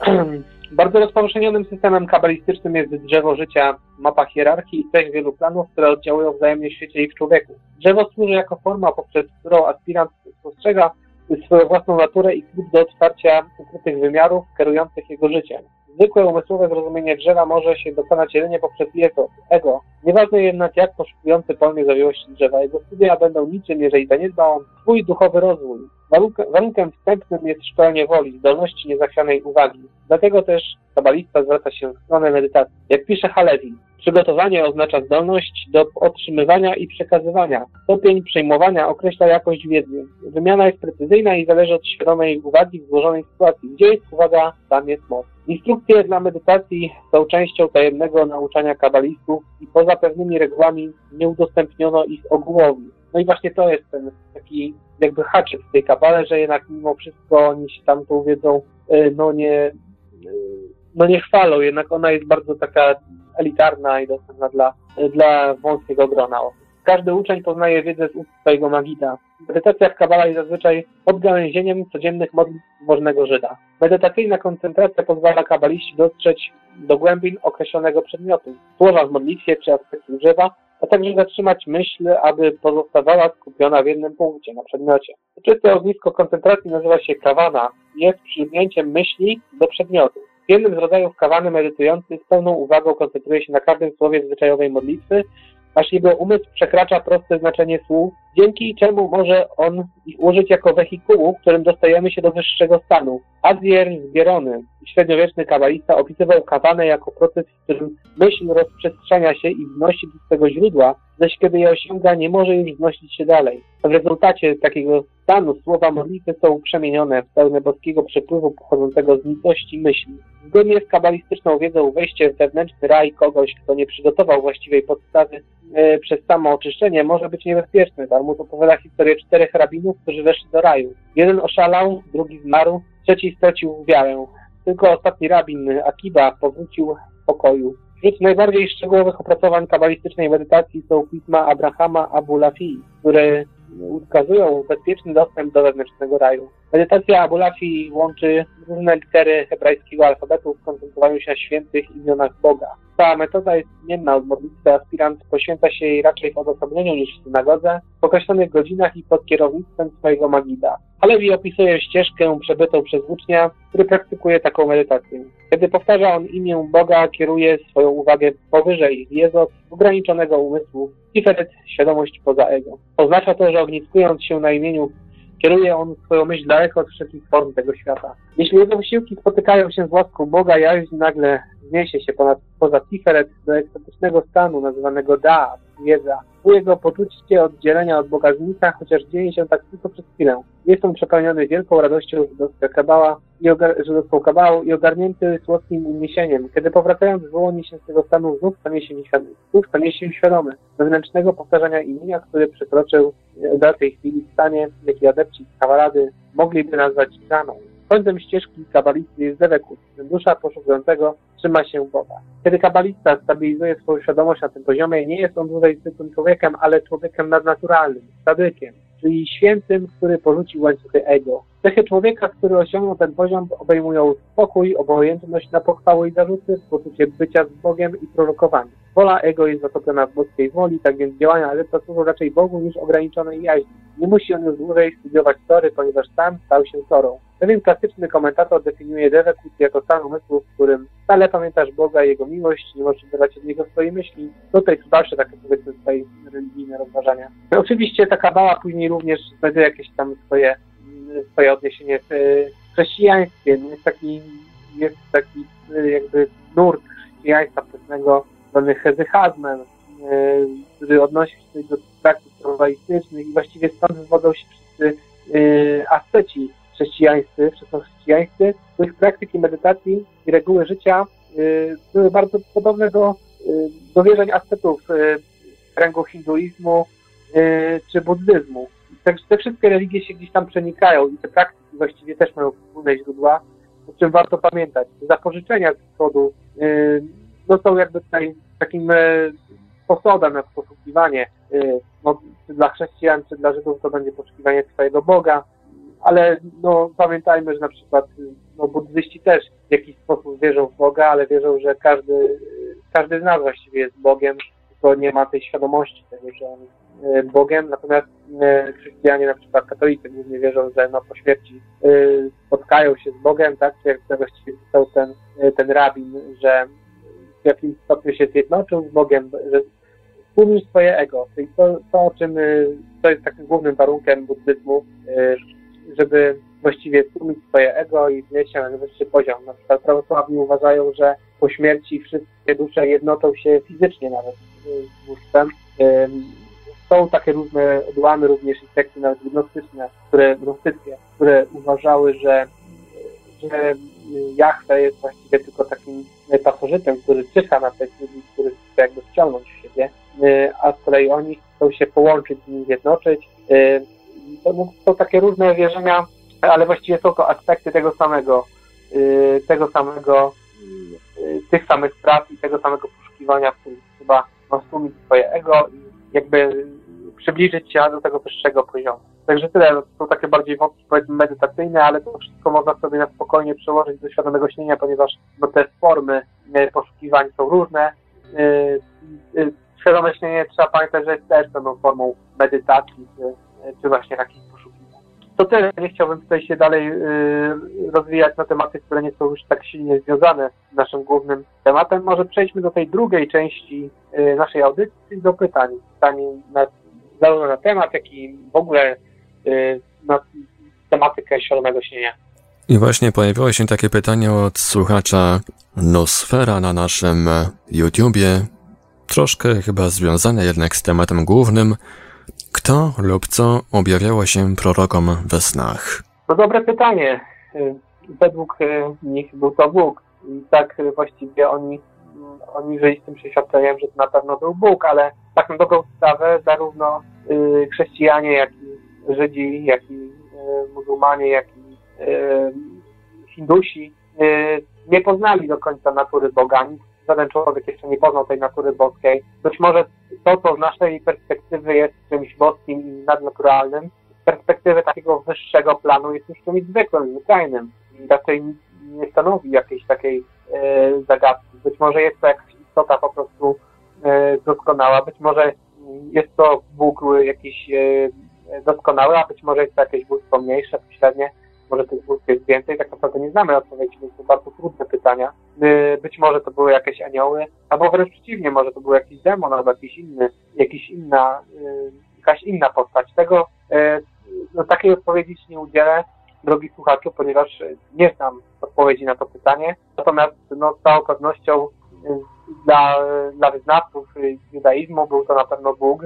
Bardzo rozpowszechnionym systemem kabalistycznym jest drzewo życia, mapa hierarchii i cech wielu planów, które oddziałują wzajemnie w świecie i w człowieku. Drzewo służy jako forma, poprzez którą aspirant postrzega swoją własną naturę i klucz do otwarcia ukrytych wymiarów kierujących jego życiem. Zwykłe umysłowe zrozumienie drzewa może się dokonać jedynie poprzez ego. Nieważne jednak, jak poszukujący pojmie zawiłości drzewa. Jego studia będą niczym, jeżeli zaniedba on swój duchowy rozwój. Warunkiem, warunkiem wstępnym jest szkolenie woli, zdolności niezachwianej uwagi. Dlatego też kabalista zwraca się w stronę medytacji. Jak pisze Halevi, przygotowanie oznacza zdolność do otrzymywania i przekazywania. Stopień przejmowania określa jakość wiedzy. Wymiana jest precyzyjna i zależy od świadomej uwagi w złożonej sytuacji. Gdzie jest uwaga, tam jest moc. Instrukcje dla medytacji są częścią tajemnego nauczania kabalistów i poza pewnymi regułami nie udostępniono ich ogółowi. No i właśnie to jest ten taki jakby haczyk w tej kabale, że jednak mimo wszystko oni się tam tą wiedzą no nie, no nie chwalą, jednak ona jest bardzo taka elitarna i dostępna dla, dla wąskiego grona osób. Każdy uczeń poznaje wiedzę z ust swojego magida. Medytacja w kabale jest zazwyczaj odgałęzieniem codziennych modlitw pobożnego Żyda. Medytacyjna koncentracja pozwala kabaliści dotrzeć do głębin określonego przedmiotu, słowa w modlitwie czy aspektu drzewa, a także zatrzymać myśl, aby pozostawała skupiona w jednym punkcie na przedmiocie. Czyste ognisko koncentracji nazywa się kawana i jest przylgnięciem myśli do przedmiotu. W jednym z rodzajów kawany medytujący z pełną uwagą koncentruje się na każdym słowie zwyczajowej modlitwy, aż jego umysł przekracza proste znaczenie słów, dzięki czemu może on ich użyć jako wehikułu, którym dostajemy się do wyższego stanu. Azjer zbierony. średniowieczny kabalista opisywał kawanę jako proces, w którym myśl rozprzestrzenia się i wnosi do swego źródła, zaś kiedy je osiąga, nie może już wznosić się dalej. W rezultacie takiego stanu słowa modlitwy są przemienione w pełne boskiego przepływu pochodzącego z nicości myśli. Zgodnie z kabalistyczną wiedzą wejście w wewnętrzny raj kogoś, kto nie przygotował właściwej podstawy e, przez samo oczyszczenie, może być niebezpieczne. Talmud opowiada historię czterech rabinów, którzy weszli do raju. Jeden oszalał, drugi zmarł, trzeci stracił wiarę. Tylko ostatni rabin, Akiba, powrócił w pokoju. Wśród najbardziej szczegółowych opracowań kabalistycznej medytacji są pisma Abrahama Abu Lafi, które ukazują bezpieczny dostęp do wewnętrznego raju. Medytacja Abu Lafi łączy różne litery hebrajskiego alfabetu w koncentrowaniu się na świętych imionach Boga. Ta metoda jest zmienna od modlitwy. Aspirant poświęca się jej raczej w odosobnieniu niż w synagodze, w określonych godzinach i pod kierownictwem swojego magida. Halevi opisuje ścieżkę przebytą przez ucznia, który praktykuje taką medytację. Kiedy powtarza on imię Boga, kieruje swoją uwagę powyżej jezot ograniczonego umysłu i wtedy świadomość poza ego. Oznacza to, że ogniskując się na imieniu, kieruje on swoją myśl daleko od wszelkich form tego świata. Jeśli jego wysiłki spotykają się z łaską Boga, jaźń nagle wzniesie się ponad, poza Tiferet do ekstatycznego stanu nazywanego Da, wiedza. Tu jego poczucie oddzielenia od Boga znika, chociaż dzieje się tak tylko przez chwilę. Jest on przepełniony wielką radością żydowska kabała i ogar- żydowską kabałą i ogarnięty słodkim uniesieniem. Kiedy powracając wyłoni się z tego stanu, znów stanie się nieświadomy. Znów stanie się świadomy wewnętrznego powtarzania imienia, który przekroczył do tej chwili w stanie, jaki adepci z Kabalady mogliby nazwać raną. Końcem ścieżki kabalisty jest Dewekut. Dusza poszukującego trzyma się Boga. Kiedy kabalista stabilizuje swoją świadomość na tym poziomie, nie jest on dłużej zwykłym człowiekiem, ale człowiekiem nadnaturalnym, sadykiem, czyli świętym, który porzucił łańcuchy ego. Cechy człowieka, który osiągnął ten poziom, obejmują spokój, obojętność na pochwały i zarzuty, poczucie bycia z Bogiem i prorokowanie. Wola ego jest zatopiona w boskiej woli, tak więc działania adepta służą raczej Bogu niż ograniczonej jaźni. Nie musi on już dłużej studiować Tory, ponieważ sam stał się Torą. Pewien klasyczny komentator definiuje Dewekut jako stan umysłu, w którym stale pamiętasz Boga i Jego miłość, nie możesz oderwać od Niego swojej myśli. Tutaj są dalsze takie, powiedzmy, swoje religijne rozważania. No, oczywiście ta kabała później również znajduje jakieś tam swoje, swoje odniesienie w chrześcijaństwie. Jest taki, jest taki jakby nurt chrześcijaństwa wczesnego zwany hezychazmem, który odnosi się do praktyk prozaistycznych i właściwie stąd wywodzą się wszyscy asceci chrześcijańscy, wczesnochrześcijańscy, których praktyki medytacji i reguły życia y, były bardzo podobne do, y, do wierzeń ascetów y, w kręgu hinduizmu y, czy buddyzmu. Także te wszystkie religie się gdzieś tam przenikają i te praktyki właściwie też mają wspólne źródła, o czym warto pamiętać. Zapożyczenia z wschodu y, no są jakby tutaj takim y, sposobem na poszukiwanie, y, no, czy dla chrześcijan, czy dla Żydów to będzie poszukiwanie swojego Boga. Ale no, pamiętajmy, że na przykład no, buddyści też w jakiś sposób wierzą w Boga, ale wierzą, że każdy, każdy z nas właściwie jest Bogiem, tylko nie ma tej świadomości tego, że on jest Bogiem. Natomiast chrześcijanie, na przykład katolicy, głównie wierzą, że no, po śmierci spotkają się z Bogiem, tak? Jak to właściwie pisał ten, ten rabin, że w jakimś stopniu się zjednoczył z Bogiem, że wspólnił swoje ego. Czyli to, to, o czym to jest takim głównym warunkiem buddyzmu, żeby właściwie tłumić swoje ego i wnieść się na najwyższy poziom. Na przykład prawosławni uważają, że po śmierci wszystkie dusze jednoczą się fizycznie nawet z bóstwem. Są takie różne odłamy również i sekty nawet gnostyczne, które, gnostyckie, które uważały, że, że Jahwe jest właściwie tylko takim pasożytem, który czyha na tych ludzi, który chce jakby wciągnąć w siebie, a z kolei oni chcą się połączyć, z nim zjednoczyć. To no, są takie różne wierzenia, ale właściwie są to aspekty tego samego, yy, tego samego, yy, tych samych spraw i tego samego poszukiwania, w którym trzeba roztłumić swoje ego i jakby przybliżyć się do tego wyższego poziomu. Także tyle, to są takie bardziej wątki, powiedzmy, medytacyjne, ale to wszystko można sobie na spokojnie przełożyć do świadomego śnienia, ponieważ no, te formy yy, poszukiwań są różne. Yy, yy, świadome śnienie, trzeba pamiętać, że jest też pewną formą medytacji, czy, czy właśnie takich poszukiwań. To tyle. Nie chciałbym tutaj się dalej yy, rozwijać na tematy, które nie są już tak silnie związane z naszym głównym tematem. Może przejdźmy do tej drugiej części yy, naszej audycji, do pytań. Pytań na, zarówno na temat, jak i w ogóle yy, na tematykę świadomego śnienia. I właśnie pojawiło się takie pytanie od słuchacza Nosfera na naszym YouTubie, troszkę chyba związane jednak z tematem głównym. Kto lub co objawiało się prorokom we snach? No dobre pytanie. Według nich był to Bóg. I tak właściwie oni, oni żyli z tym przeświadczeniem, że to na pewno był Bóg, ale tak na dobrą sprawę zarówno chrześcijanie, jak i Żydzi, jak i muzułmanie, jak i Hindusi nie poznali do końca natury Boga. Żaden człowiek jeszcze nie poznał tej natury boskiej. Być może to, co z naszej perspektywy jest czymś boskim i nadnaturalnym, z perspektywy takiego wyższego planu jest już czymś zwykłym, zwyczajnym. I raczej nie stanowi jakiejś takiej e, zagadki. Być może jest to jakaś istota po prostu e, doskonała, być może jest to Bóg jakiś e, doskonały, a być może jest to jakieś bóstwo mniejsze, pośrednie. Może tych bóstw jest więcej, tak naprawdę nie znamy odpowiedzi, więc to bardzo trudne pytania. Być może to były jakieś anioły, albo wręcz przeciwnie, może to był jakiś demon, albo jakiś inny, jakiś inna, jakaś inna postać. Tego, no, takiej odpowiedzi ci nie udzielę, drogi słuchaczu, ponieważ nie znam odpowiedzi na to pytanie. Natomiast no, z całą pewnością dla, dla wyznawców judaizmu był to na pewno Bóg.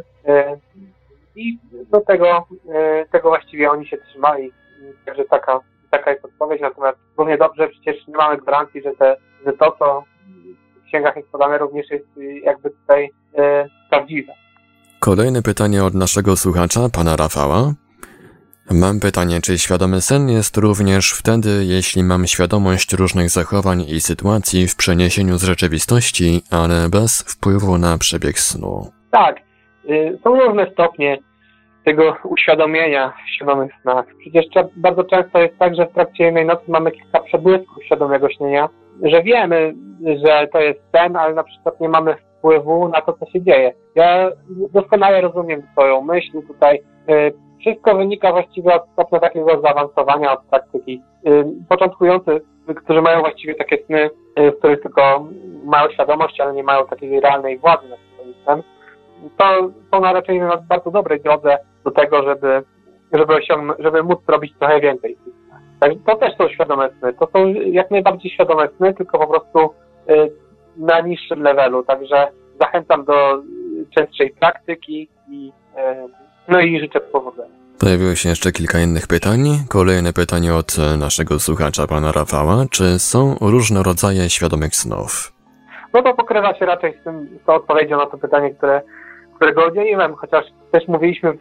I do tego, tego właściwie oni się trzymali. Także taka, taka jest odpowiedź, natomiast równie dobrze przecież nie mamy gwarancji, że, te, że to, co w księgach jest podane, również jest jakby tutaj e, prawdziwe. Kolejne pytanie od naszego słuchacza, pana Rafała. Mam pytanie, czy świadomy sen jest również wtedy, jeśli mam świadomość różnych zachowań i sytuacji w przeniesieniu z rzeczywistości, ale bez wpływu na przebieg snu? Tak, y, są różne stopnie tego uświadomienia w świadomych snach. Przecież bardzo często jest tak, że w trakcie jednej nocy mamy kilka przebłysków świadomego śnienia, że wiemy, że to jest sen, ale na przykład nie mamy wpływu na to, co się dzieje. Ja doskonale rozumiem swoją myśl tutaj. Wszystko wynika właściwie od stopnia takiego zaawansowania, od praktyki. Początkujący, którzy mają właściwie takie sny, w których tylko mają świadomość, ale nie mają takiej realnej władzy nad swoim snem, to są na raczej na bardzo dobrej drodze do tego, żeby, żeby, osiągnąć, żeby móc robić trochę więcej. Także to też są świadome sny. To są jak najbardziej świadome sny, tylko po prostu y, na niższym levelu. Także zachęcam do częstszej praktyki i, y, no i życzę powodzenia. Pojawiło się jeszcze kilka innych pytań. Kolejne pytanie od naszego słuchacza, pana Rafała. Czy są różne rodzaje świadomych snów? No to pokrywa się raczej z tym, z tą odpowiedzią na to pytanie, które którego udzieliłem, chociaż też mówiliśmy w,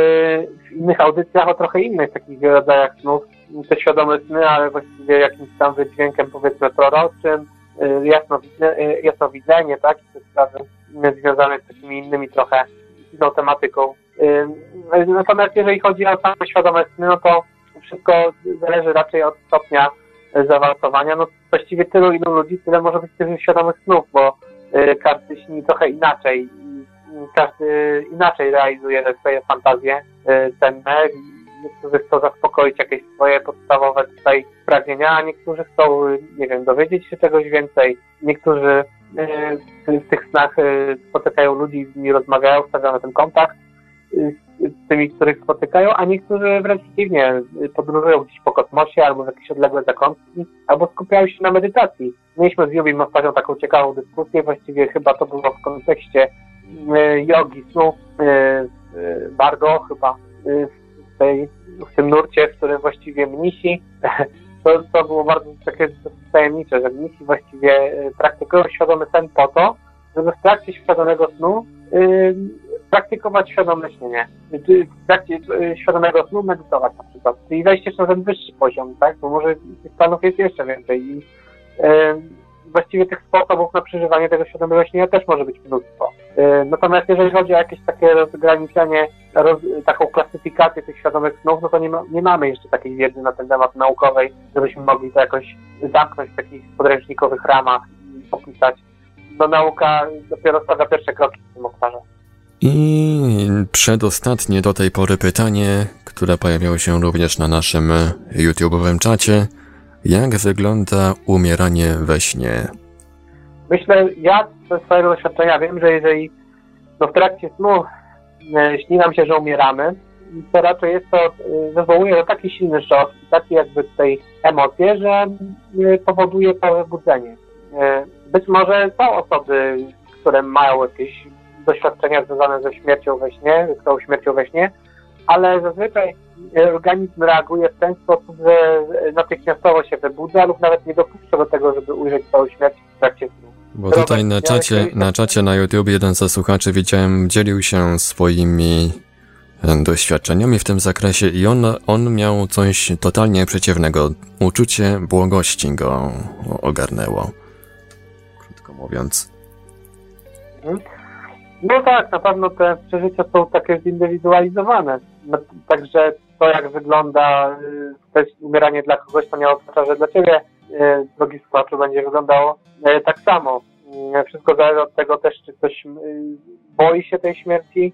w innych audycjach o trochę innych takich rodzajach snów. Te świadome sny, ale właściwie jakimś tam wydźwiękiem, powiedzmy, proroczym, jasnowidze, jasnowidzenie, tak? I te sprawy związane z takimi innymi trochę inną tematyką. Natomiast jeżeli chodzi o same świadome sny, no to wszystko zależy raczej od stopnia zaawansowania. No właściwie tylu ilu ludzi, tyle może być tych świadomych snów, bo każdy śni trochę inaczej. Każdy inaczej realizuje te swoje fantazje cenne. Niektórzy chcą zaspokoić jakieś swoje podstawowe tutaj pragnienia, a niektórzy chcą, nie wiem, dowiedzieć się czegoś więcej. Niektórzy w tych snach spotykają ludzi, z nimi rozmawiają, stawiają na ten kontakt z tymi, których spotykają, a niektórzy wręcz przeciwnie, podróżują gdzieś po kosmosie albo w jakieś odległe zakątki, albo skupiają się na medytacji. Mieliśmy z Jubim ostatnio taką ciekawą dyskusję, właściwie chyba to było w kontekście jogi, snu, Bardo chyba, w, tej, w tym nurcie, w którym właściwie mnisi, to, to było bardzo takie tajemnicze, że mnisi właściwie praktykują świadomy sen po to, żeby w trakcie świadomego snu yy, praktykować świadome śnienie. W trakcie yy, świadomego snu medytować na przykład. Czyli wejść jeszcze na ten wyższy poziom, tak? Bo może tych planów jest jeszcze więcej i yy, właściwie tych sposobów na przeżywanie tego świadomego śnienia też może być mnóstwo. Yy, natomiast jeżeli chodzi o jakieś takie rozgraniczenie, roz, taką klasyfikację tych świadomych snów, no to nie, ma, nie mamy jeszcze takiej wiedzy na ten temat naukowej, żebyśmy mogli to jakoś zamknąć w takich podręcznikowych ramach i opisać. No nauka dopiero stawia pierwsze kroki w tym obszarze. I przedostatnie do tej pory pytanie, które pojawiało się również na naszym YouTube'owym czacie. Jak wygląda umieranie we śnie? Myślę, ja ze swojego doświadczenia wiem, że jeżeli no w trakcie snu e, śni nam się, że umieramy, to raczej jest to, wywołuje to taki silny szok, takie jakby tutaj emocje, że powoduje to wybudzenie. Być może są osoby, które mają jakieś doświadczenia związane ze śmiercią we śnie, z tą śmiercią we śnie, ale zazwyczaj organizm reaguje w ten sposób, że natychmiastowo się wybudza lub nawet nie dopuszcza do tego, żeby ujrzeć swoją śmierć w trakcie snu. Bo tutaj na czacie, na czacie na YouTube jeden ze słuchaczy, widziałem, dzielił się swoimi doświadczeniami w tym zakresie i on, on miał coś totalnie przeciwnego. Uczucie błogości go ogarnęło, krótko mówiąc. No tak, na pewno te przeżycia są takie zindywidualizowane. Także to, jak wygląda też umieranie dla kogoś, to nie oznacza, że dla ciebie, drogi słuchaczu, będzie wyglądało tak samo. Wszystko zależy od tego też, czy ktoś boi się tej śmierci,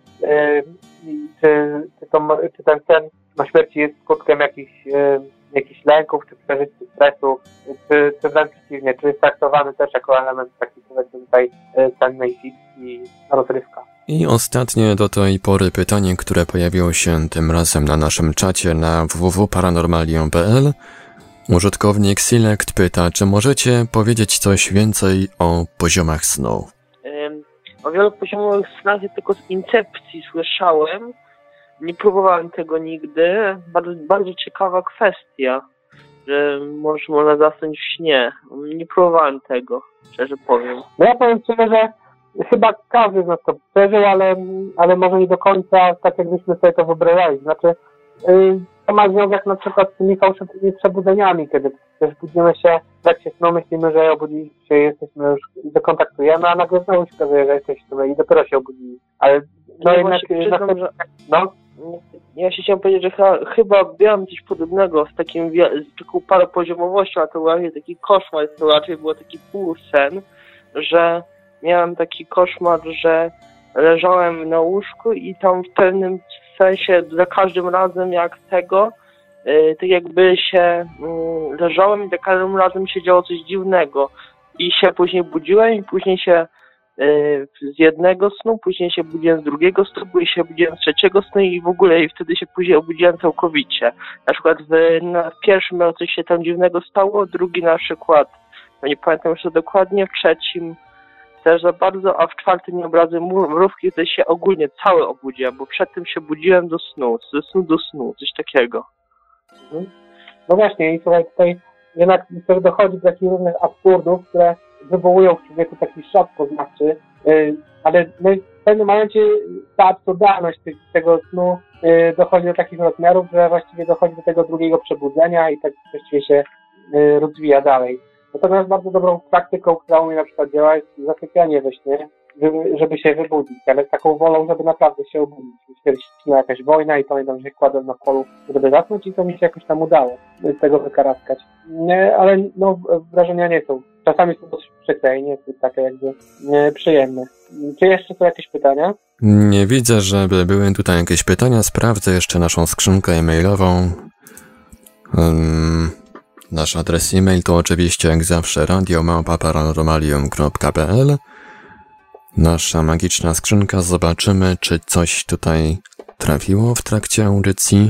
czy, czy, to, czy ten sen na śmierci jest skutkiem jakichś, jakichś lęków, czy przeżyć, czy stresu, czy, czy wręcz przeciwnie, czy jest traktowany też jako element taki, powiedzmy tutaj, sennej fikcji, rozrywka. I ostatnie do tej pory pytanie, które pojawiło się tym razem na naszym czacie na w w w kropka paranormalium kropka p l. Użytkownik Select pyta, czy możecie powiedzieć coś więcej o poziomach snu? Um, o wielopoziomowych snach ja tylko z incepcji słyszałem. Nie próbowałem tego nigdy. Bardzo, bardzo ciekawa kwestia, że może można zasnąć w śnie. Nie próbowałem tego, szczerze powiem. No ja powiem szczerze, że chyba każdy z nas to przeżył, ale, ale może nie do końca tak, jakbyśmy sobie to wyobrażali. Znaczy, yy, to ma związek na przykład z tymi fałszywymi przebudzeniami, kiedy też budzimy się w trakcie snu, myślimy, że obudziliśmy się, jesteśmy już, dokontaktujemy, a nagle znowu się okazuje, że jesteśmy i dopiero się obudzili. Ale no ja jednak... Przyznam, na... że... no? Ja się chciałem powiedzieć, że chyba, chyba miałem coś podobnego z takim z taką paropoziomowością, a to właśnie taki koszmar, to raczej było taki półsen, że miałem taki koszmar, że leżałem na łóżku i tam w pewnym sensie za każdym razem jak tego, yy, tak jakby się yy, leżałem i za każdym razem się działo coś dziwnego i się później budziłem i później się yy, z jednego snu, później się budziłem z drugiego snu, później się budziłem z trzeciego snu i w ogóle i wtedy się później obudziłem całkowicie. Na przykład w, na pierwszym coś się tam dziwnego stało, drugi na przykład, no nie pamiętam już to dokładnie, w trzecim też za bardzo, a w czwartym obrazy mrówki, to się ogólnie cały obudziłem, bo przedtem się budziłem do snu, ze snu do snu, coś takiego. No właśnie i słuchaj, tutaj jednak też dochodzi do takich różnych absurdów, które wywołują w człowieku taki szok poznawczy, yy, ale no w pewnym momencie ta absurdalność tych, tego snu yy, dochodzi do takich rozmiarów, że właściwie dochodzi do tego drugiego przebudzenia i tak właściwie się yy, rozwija dalej. Natomiast bardzo dobrą praktyką, która u mnie na przykład działa, jest zasypianie we śnie, żeby, żeby się wybudzić, ale z taką wolą, żeby naprawdę się obudzić. Jeśli śniła jakaś wojna i pamiętam, że kładłem na polu, żeby zasnąć i to mi się jakoś tam udało z tego wykaraskać. Nie, ale no, wrażenia nie są. Czasami są dosyć przykre i nie są takie jakby nie, przyjemne. Czy jeszcze są jakieś pytania? Nie widzę, żeby były tutaj jakieś pytania. Sprawdzę jeszcze naszą skrzynkę e-mailową. Um... Nasz adres e-mail to oczywiście jak zawsze radio małpa paranormalium kropka p l. Nasza magiczna skrzynka. Zobaczymy, czy coś tutaj trafiło w trakcie audycji.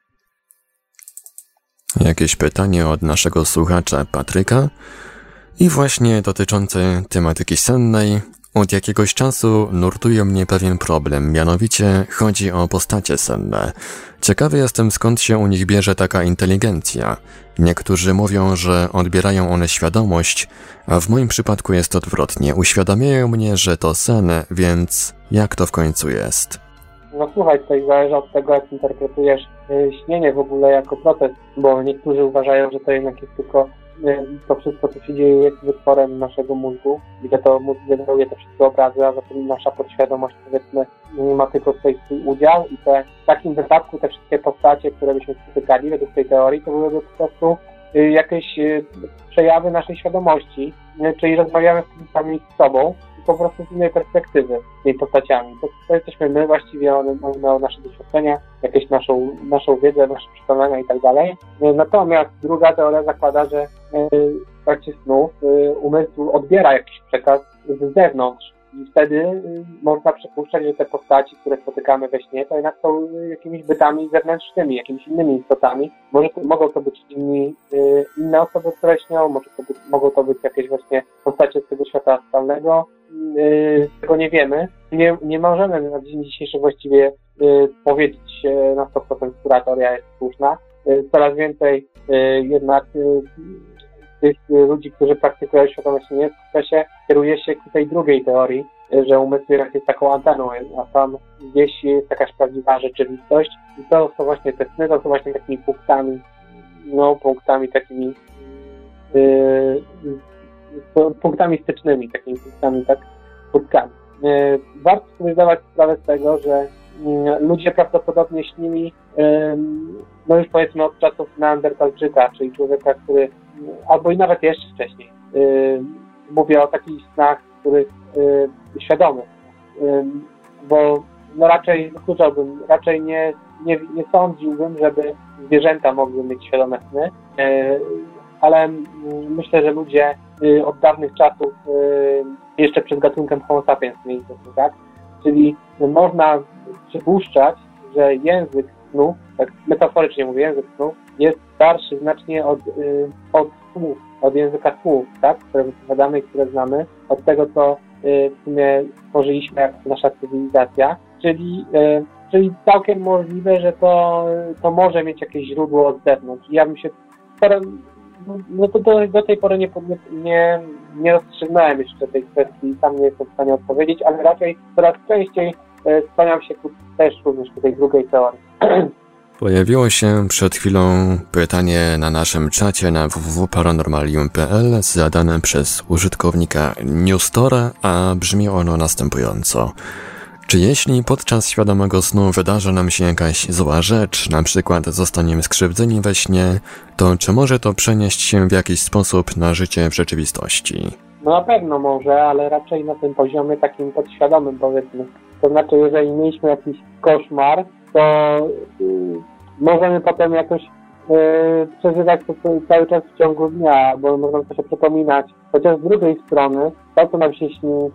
Jakieś pytanie od naszego słuchacza Patryka. I właśnie dotyczące tematyki sennej. Od jakiegoś czasu nurtuje mnie pewien problem, mianowicie chodzi o postacie senne. Ciekawy jestem, skąd się u nich bierze taka inteligencja. Niektórzy mówią, że odbierają one świadomość, a w moim przypadku jest odwrotnie. Uświadamiają mnie, że to sen, więc jak to w końcu jest? No słuchaj, tutaj zależy od tego, jak interpretujesz y, śnienie w ogóle jako proces, bo niektórzy uważają, że to jednak jest tylko to wszystko, co się dzieje, jest wytworem naszego mózgu, gdzie to mózg generuje te wszystkie obrazy, a zatem nasza podświadomość, powiedzmy, ma tylko tutaj swój udział i te, w takim wypadku te wszystkie postacie, które byśmy spotykali według tej teorii, to byłyby po prostu jakieś przejawy naszej świadomości, czyli rozmawiamy w tym samym z sobą i po prostu z innej perspektywy z tymi postaciami. To, to jesteśmy my właściwie, one mają nasze doświadczenia, jakąś naszą, naszą wiedzę, nasze przekonania i tak dalej. Natomiast druga teoria zakłada, że w trakcie snu umysł odbiera jakiś przekaz z zewnątrz I wtedy y, można przypuszczać, że te postaci, które spotykamy we śnie, to jednak są y, jakimiś bytami zewnętrznymi, jakimiś innymi istotami. Może to, mogą to być inni, y, inne osoby, które śnią, może to być, mogą to być jakieś właśnie postacie z tego świata astralnego. Y, tego nie wiemy. Nie, nie możemy na dzień dzisiejszy właściwie y, powiedzieć y, na sto procent, która teoria jest słuszna. Y, coraz więcej y, jednak y, tych ludzi, którzy praktykują świadomość śnienie, się kieruje się ku tej drugiej teorii, że umysł jednak jest taką anteną, a tam gdzieś jest jakaś prawdziwa rzeczywistość i to są właśnie te sny, to są właśnie takimi punktami, no punktami takimi yy, punktami stycznymi, takimi punktami, tak, punktami. Yy, warto sobie zdawać sprawę z tego, że yy, ludzie prawdopodobnie śnili yy, no już powiedzmy od czasów Neandertalczyka, czyli człowieka, który albo i nawet jeszcze wcześniej. Yy, mówię o takich snach, których yy, świadomych, yy, bo no raczej wykluczałbym, raczej nie, nie, nie sądziłbym, żeby zwierzęta mogły mieć świadome sny, yy, ale yy, myślę, że ludzie yy, od dawnych czasów, yy, jeszcze przed gatunkiem Homo sapiens mieli to, tak? Czyli yy, można przypuszczać, że język snu, tak metaforycznie mówię, język snu, jest starszy znacznie od, y, od słów, od języka słów, tak, które wypowiadamy i które znamy, od tego, co y, w sumie tworzyliśmy jako nasza cywilizacja, czyli, y, czyli całkiem możliwe, że to, to może mieć jakieś źródło od zewnątrz. Ja bym się no to do, do tej pory nie, nie, nie rozstrzygnąłem jeszcze tej kwestii, sam nie jestem w stanie odpowiedzieć, ale raczej coraz częściej y, skłaniam się ku, też również ku tej drugiej teorii. Pojawiło się przed chwilą pytanie na naszym czacie na w w w kropka paranormalium kropka p l zadane przez użytkownika Newstora, a brzmi ono następująco. Czy jeśli podczas świadomego snu wydarzy nam się jakaś zła rzecz, na przykład zostaniemy skrzywdzeni we śnie, to czy może to przenieść się w jakiś sposób na życie w rzeczywistości? No na pewno może, ale raczej na tym poziomie takim podświadomym, powiedzmy. To znaczy, jeżeli mieliśmy jakiś koszmar, to yy, możemy potem jakoś yy, przeżywać to cały czas w ciągu dnia, bo można to się przypominać. Chociaż z drugiej strony, to co nam się śni yy,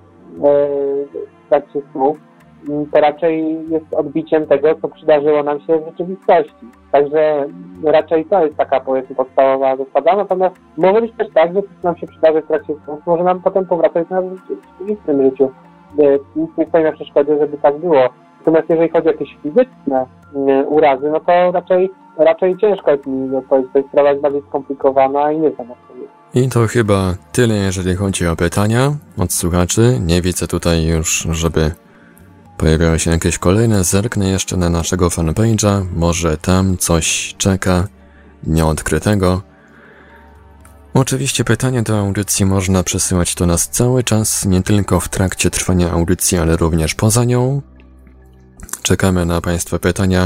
w trakcie snu, yy, to raczej jest odbiciem tego, co przydarzyło nam się w rzeczywistości. Także raczej to jest taka, powiedzmy, podstawowa zasada. Natomiast może być też tak, że to, co nam się przydarzy w trakcie snu, może nam potem powracać na rzeczywistym życiu. Nic nie stoi na przeszkodzie, żeby tak było. Natomiast jeżeli chodzi o jakieś fizyczne y, urazy, no to raczej, raczej ciężko jest mi odpowiedzieć. To jest sprawa bardziej skomplikowana i nie znam odpowiedzi. I to chyba tyle, jeżeli chodzi o pytania od słuchaczy. Nie widzę tutaj już, żeby pojawiały się jakieś kolejne. Zerknę jeszcze na naszego fanpage'a. Może tam coś czeka nieodkrytego. Oczywiście pytania do audycji można przesyłać do nas cały czas, nie tylko w trakcie trwania audycji, ale również poza nią. Czekamy na Państwa pytania.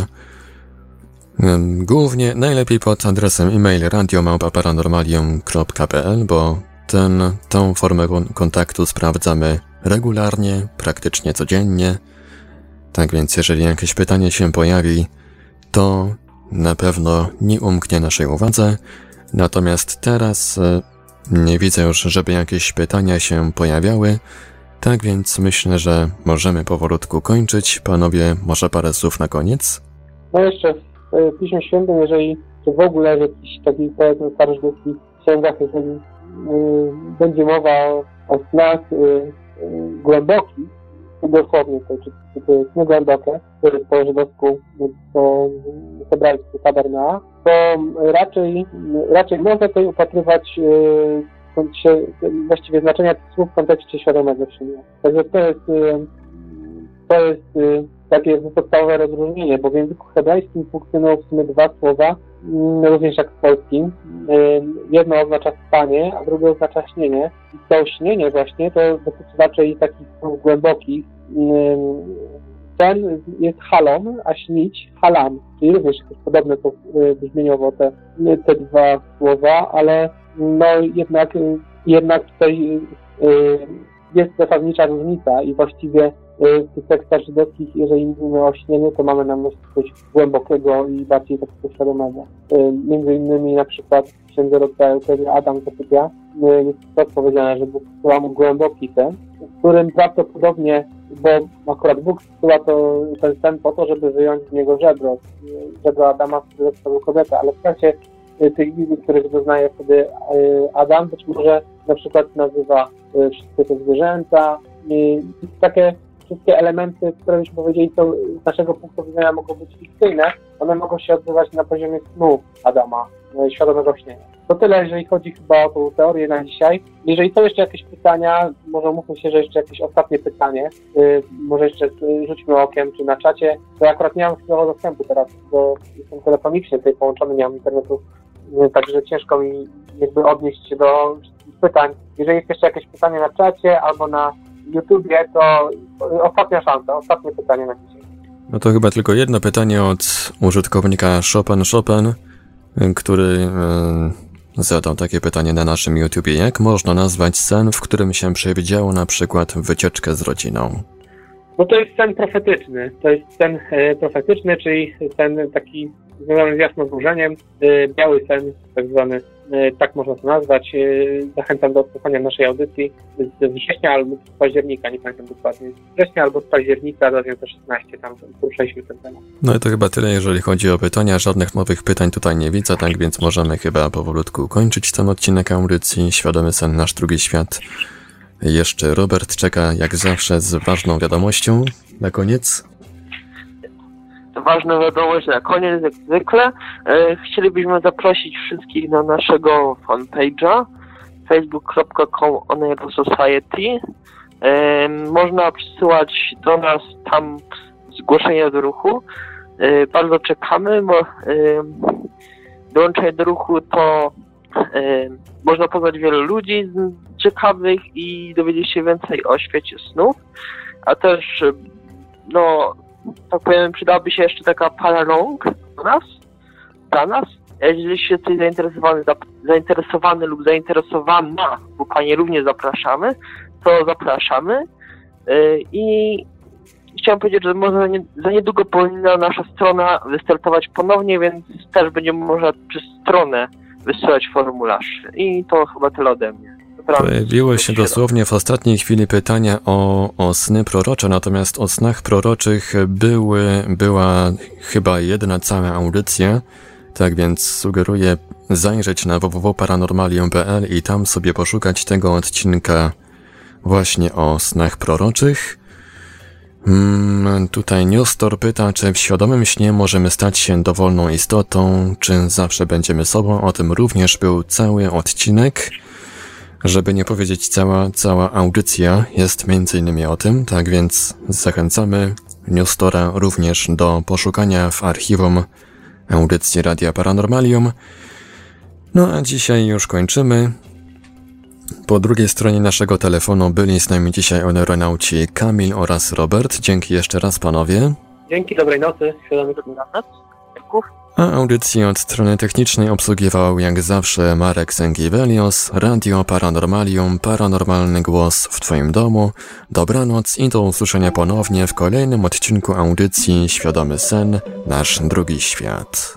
Głównie najlepiej pod adresem e-mail radio małpa paranormalium kropka p l, bo ten, tą formę kontaktu sprawdzamy regularnie, praktycznie codziennie. Tak więc jeżeli jakieś pytanie się pojawi, to na pewno nie umknie naszej uwadze. Natomiast teraz nie widzę już, żeby jakieś pytania się pojawiały. Tak więc myślę, że możemy powolutku kończyć. Panowie, może parę słów na koniec? No jeszcze w Piśmie Świętym, jeżeli czy w ogóle w jakichś takich, powiedzmy, starożytnych księgach, jeżeli yy, będzie mowa o, o snach yy, yy, głębokich, dosłownie to, czy, czy to jest niegłębokie, to jest po żydowsku, po hebrajsku taberna, to raczej, raczej można tutaj upatrywać yy, się, właściwie znaczenia tych słów w kontekście świadomego śnienia. Także to jest, yy, to jest yy, takie podstawowe rozróżnienie, bo w języku hebrajskim funkcjonują w sumie dwa słowa, yy, również jak w polskim. Yy, jedno oznacza spanie, a drugie oznacza śnienie. I to śnienie właśnie to dotyczy raczej takich słów głębokich. Yy, Ten jest halom, a śnić halam, czyli również jest podobne to brzmieniowo te, te dwa słowa, ale no jednak, jednak tutaj jest zasadnicza różnica i właściwie w tych tekstach żydowskich, jeżeli mówimy o śnieniu, to mamy na myśli coś głębokiego i bardziej takiego świadomego. Między innymi na przykład w Księdze Rodzaju, kiedy Adam zasypia, jest wprost powiedziane, że Bóg wsyła mu głęboki sen, którym prawdopodobnie, bo akurat Bóg stworzył to ten sen po to, żeby wyjąć z niego żebro, żebro Adama, z którego stworzył kobietę, ale w czasie tych wizji, których doznaje wtedy Adam, być może na przykład nazywa wszystkie te zwierzęta i takie wszystkie elementy, które byśmy powiedzieli, co z naszego punktu widzenia mogą być fikcyjne, one mogą się odbywać na poziomie snu Adama, świadomego śnienia. To tyle, jeżeli chodzi chyba o tą teorię na dzisiaj. Jeżeli są jeszcze jakieś pytania, może umówmy się, że jeszcze jakieś ostatnie pytanie, yy, może jeszcze rzućmy okiem, czy na czacie. To ja akurat nie mam chwilowego dostępu teraz, bo jestem telefonicznie tutaj połączony, nie mam internetu, yy, także ciężko mi jakby odnieść się do wszystkich pytań. Jeżeli jest jeszcze jakieś pytanie na czacie albo na YouTubie, to ostatnia szansa, ostatnie pytanie na dzisiaj. No to chyba tylko jedno pytanie od użytkownika Chopin Chopin, który yy, zadał takie pytanie na naszym YouTubie. Jak można nazwać sen, w którym się przewidziało na przykład wycieczkę z rodziną? No to jest sen profetyczny. To jest sen e, profetyczny, czyli sen taki związany z jasnowróżeniem, e, biały sen, tak zwany, e, tak można to nazwać. E, zachęcam do odsłuchania naszej audycji z września albo z października, nie pamiętam dokładnie, z września albo z października dwa tysiące szesnastego, tam poruszaliśmy ten temat. No i to chyba tyle, jeżeli chodzi o pytania. Żadnych nowych pytań tutaj nie widzę, tak więc możemy chyba powolutku kończyć ten odcinek audycji Świadomy Sen, Nasz Drugi Świat. Jeszcze Robert czeka jak zawsze z ważną wiadomością na koniec. Ważna wiadomość na koniec, jak zwykle. E, chcielibyśmy zaprosić wszystkich na naszego fanpage'a facebook kropka com Oneiro Society. E, można przysyłać do nas tam zgłoszenia do ruchu. E, bardzo czekamy, bo e, dołączenie do ruchu to e, można poznać wielu ludzi ciekawych i dowiedzieć się więcej o świecie snów, a też no tak powiem, przydałaby się jeszcze taka para rąk do nas, dla nas. Jeżeli się jesteś zainteresowany, zainteresowany lub zainteresowana, bo Panie również zapraszamy, to zapraszamy. I chciałem powiedzieć, że może za niedługo powinna nasza strona wystartować ponownie, więc też będziemy można przez stronę wysyłać formularz. I to chyba tyle ode mnie. Pojawiło się dosłownie w ostatniej chwili pytania o, o sny prorocze, natomiast o snach proroczych były, była chyba jedna cała audycja, tak więc sugeruję zajrzeć na w w w kropka paranormalium kropka p l i tam sobie poszukać tego odcinka właśnie o snach proroczych. Hmm, tutaj Newstor pyta, czy w świadomym śnie możemy stać się dowolną istotą, czy zawsze będziemy sobą. O tym również był cały odcinek. Żeby nie powiedzieć cała, cała audycja jest między innymi o tym, tak więc zachęcamy Newstora również do poszukania w archiwum audycji Radia Paranormalium. No a dzisiaj już kończymy. Po drugiej stronie naszego telefonu byli z nami dzisiaj oneironauci Kamil oraz Robert. Dzięki jeszcze raz panowie. Dzięki, dobrej nocy, świadomych nocy. A audycję od strony technicznej obsługiwał jak zawsze Marek Sęgiewelios, Radio Paranormalium, paranormalny głos w Twoim domu. Dobranoc i do usłyszenia ponownie w kolejnym odcinku audycji Świadomy Sen, Nasz Drugi Świat.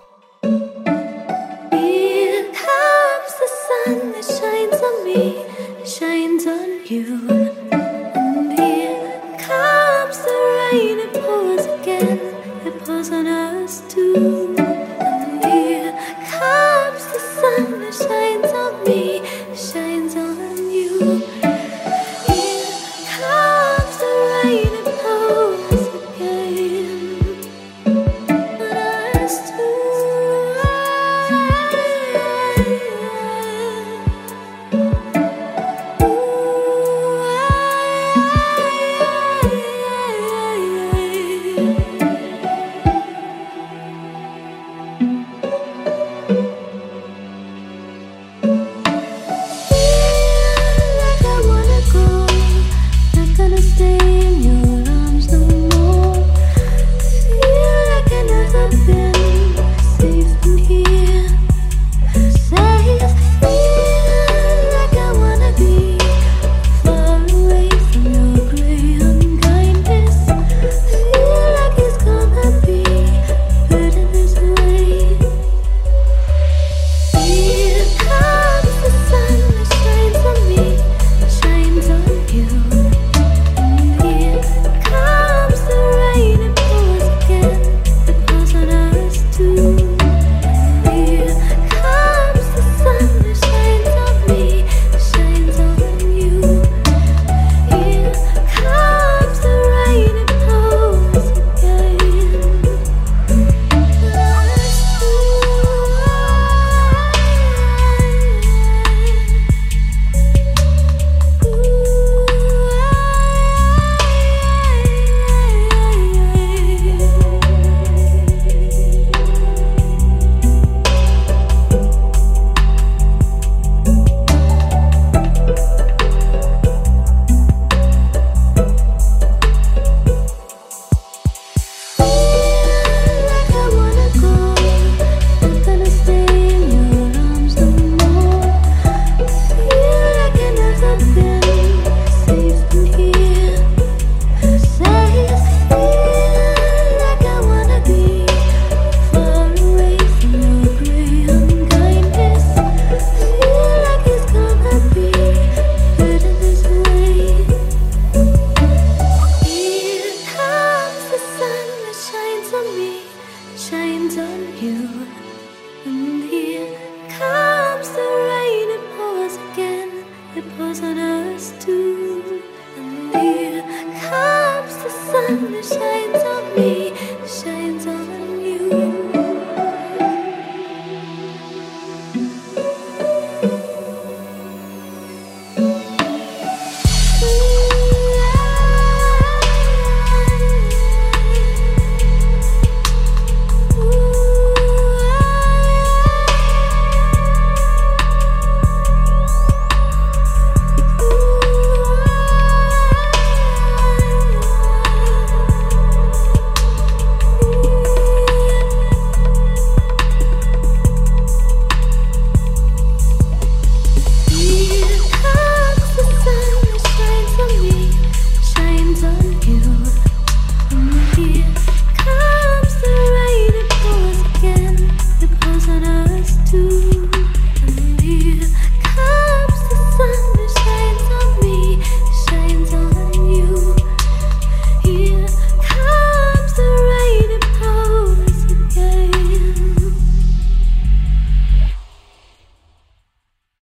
was on us too. And here comes the sun that shines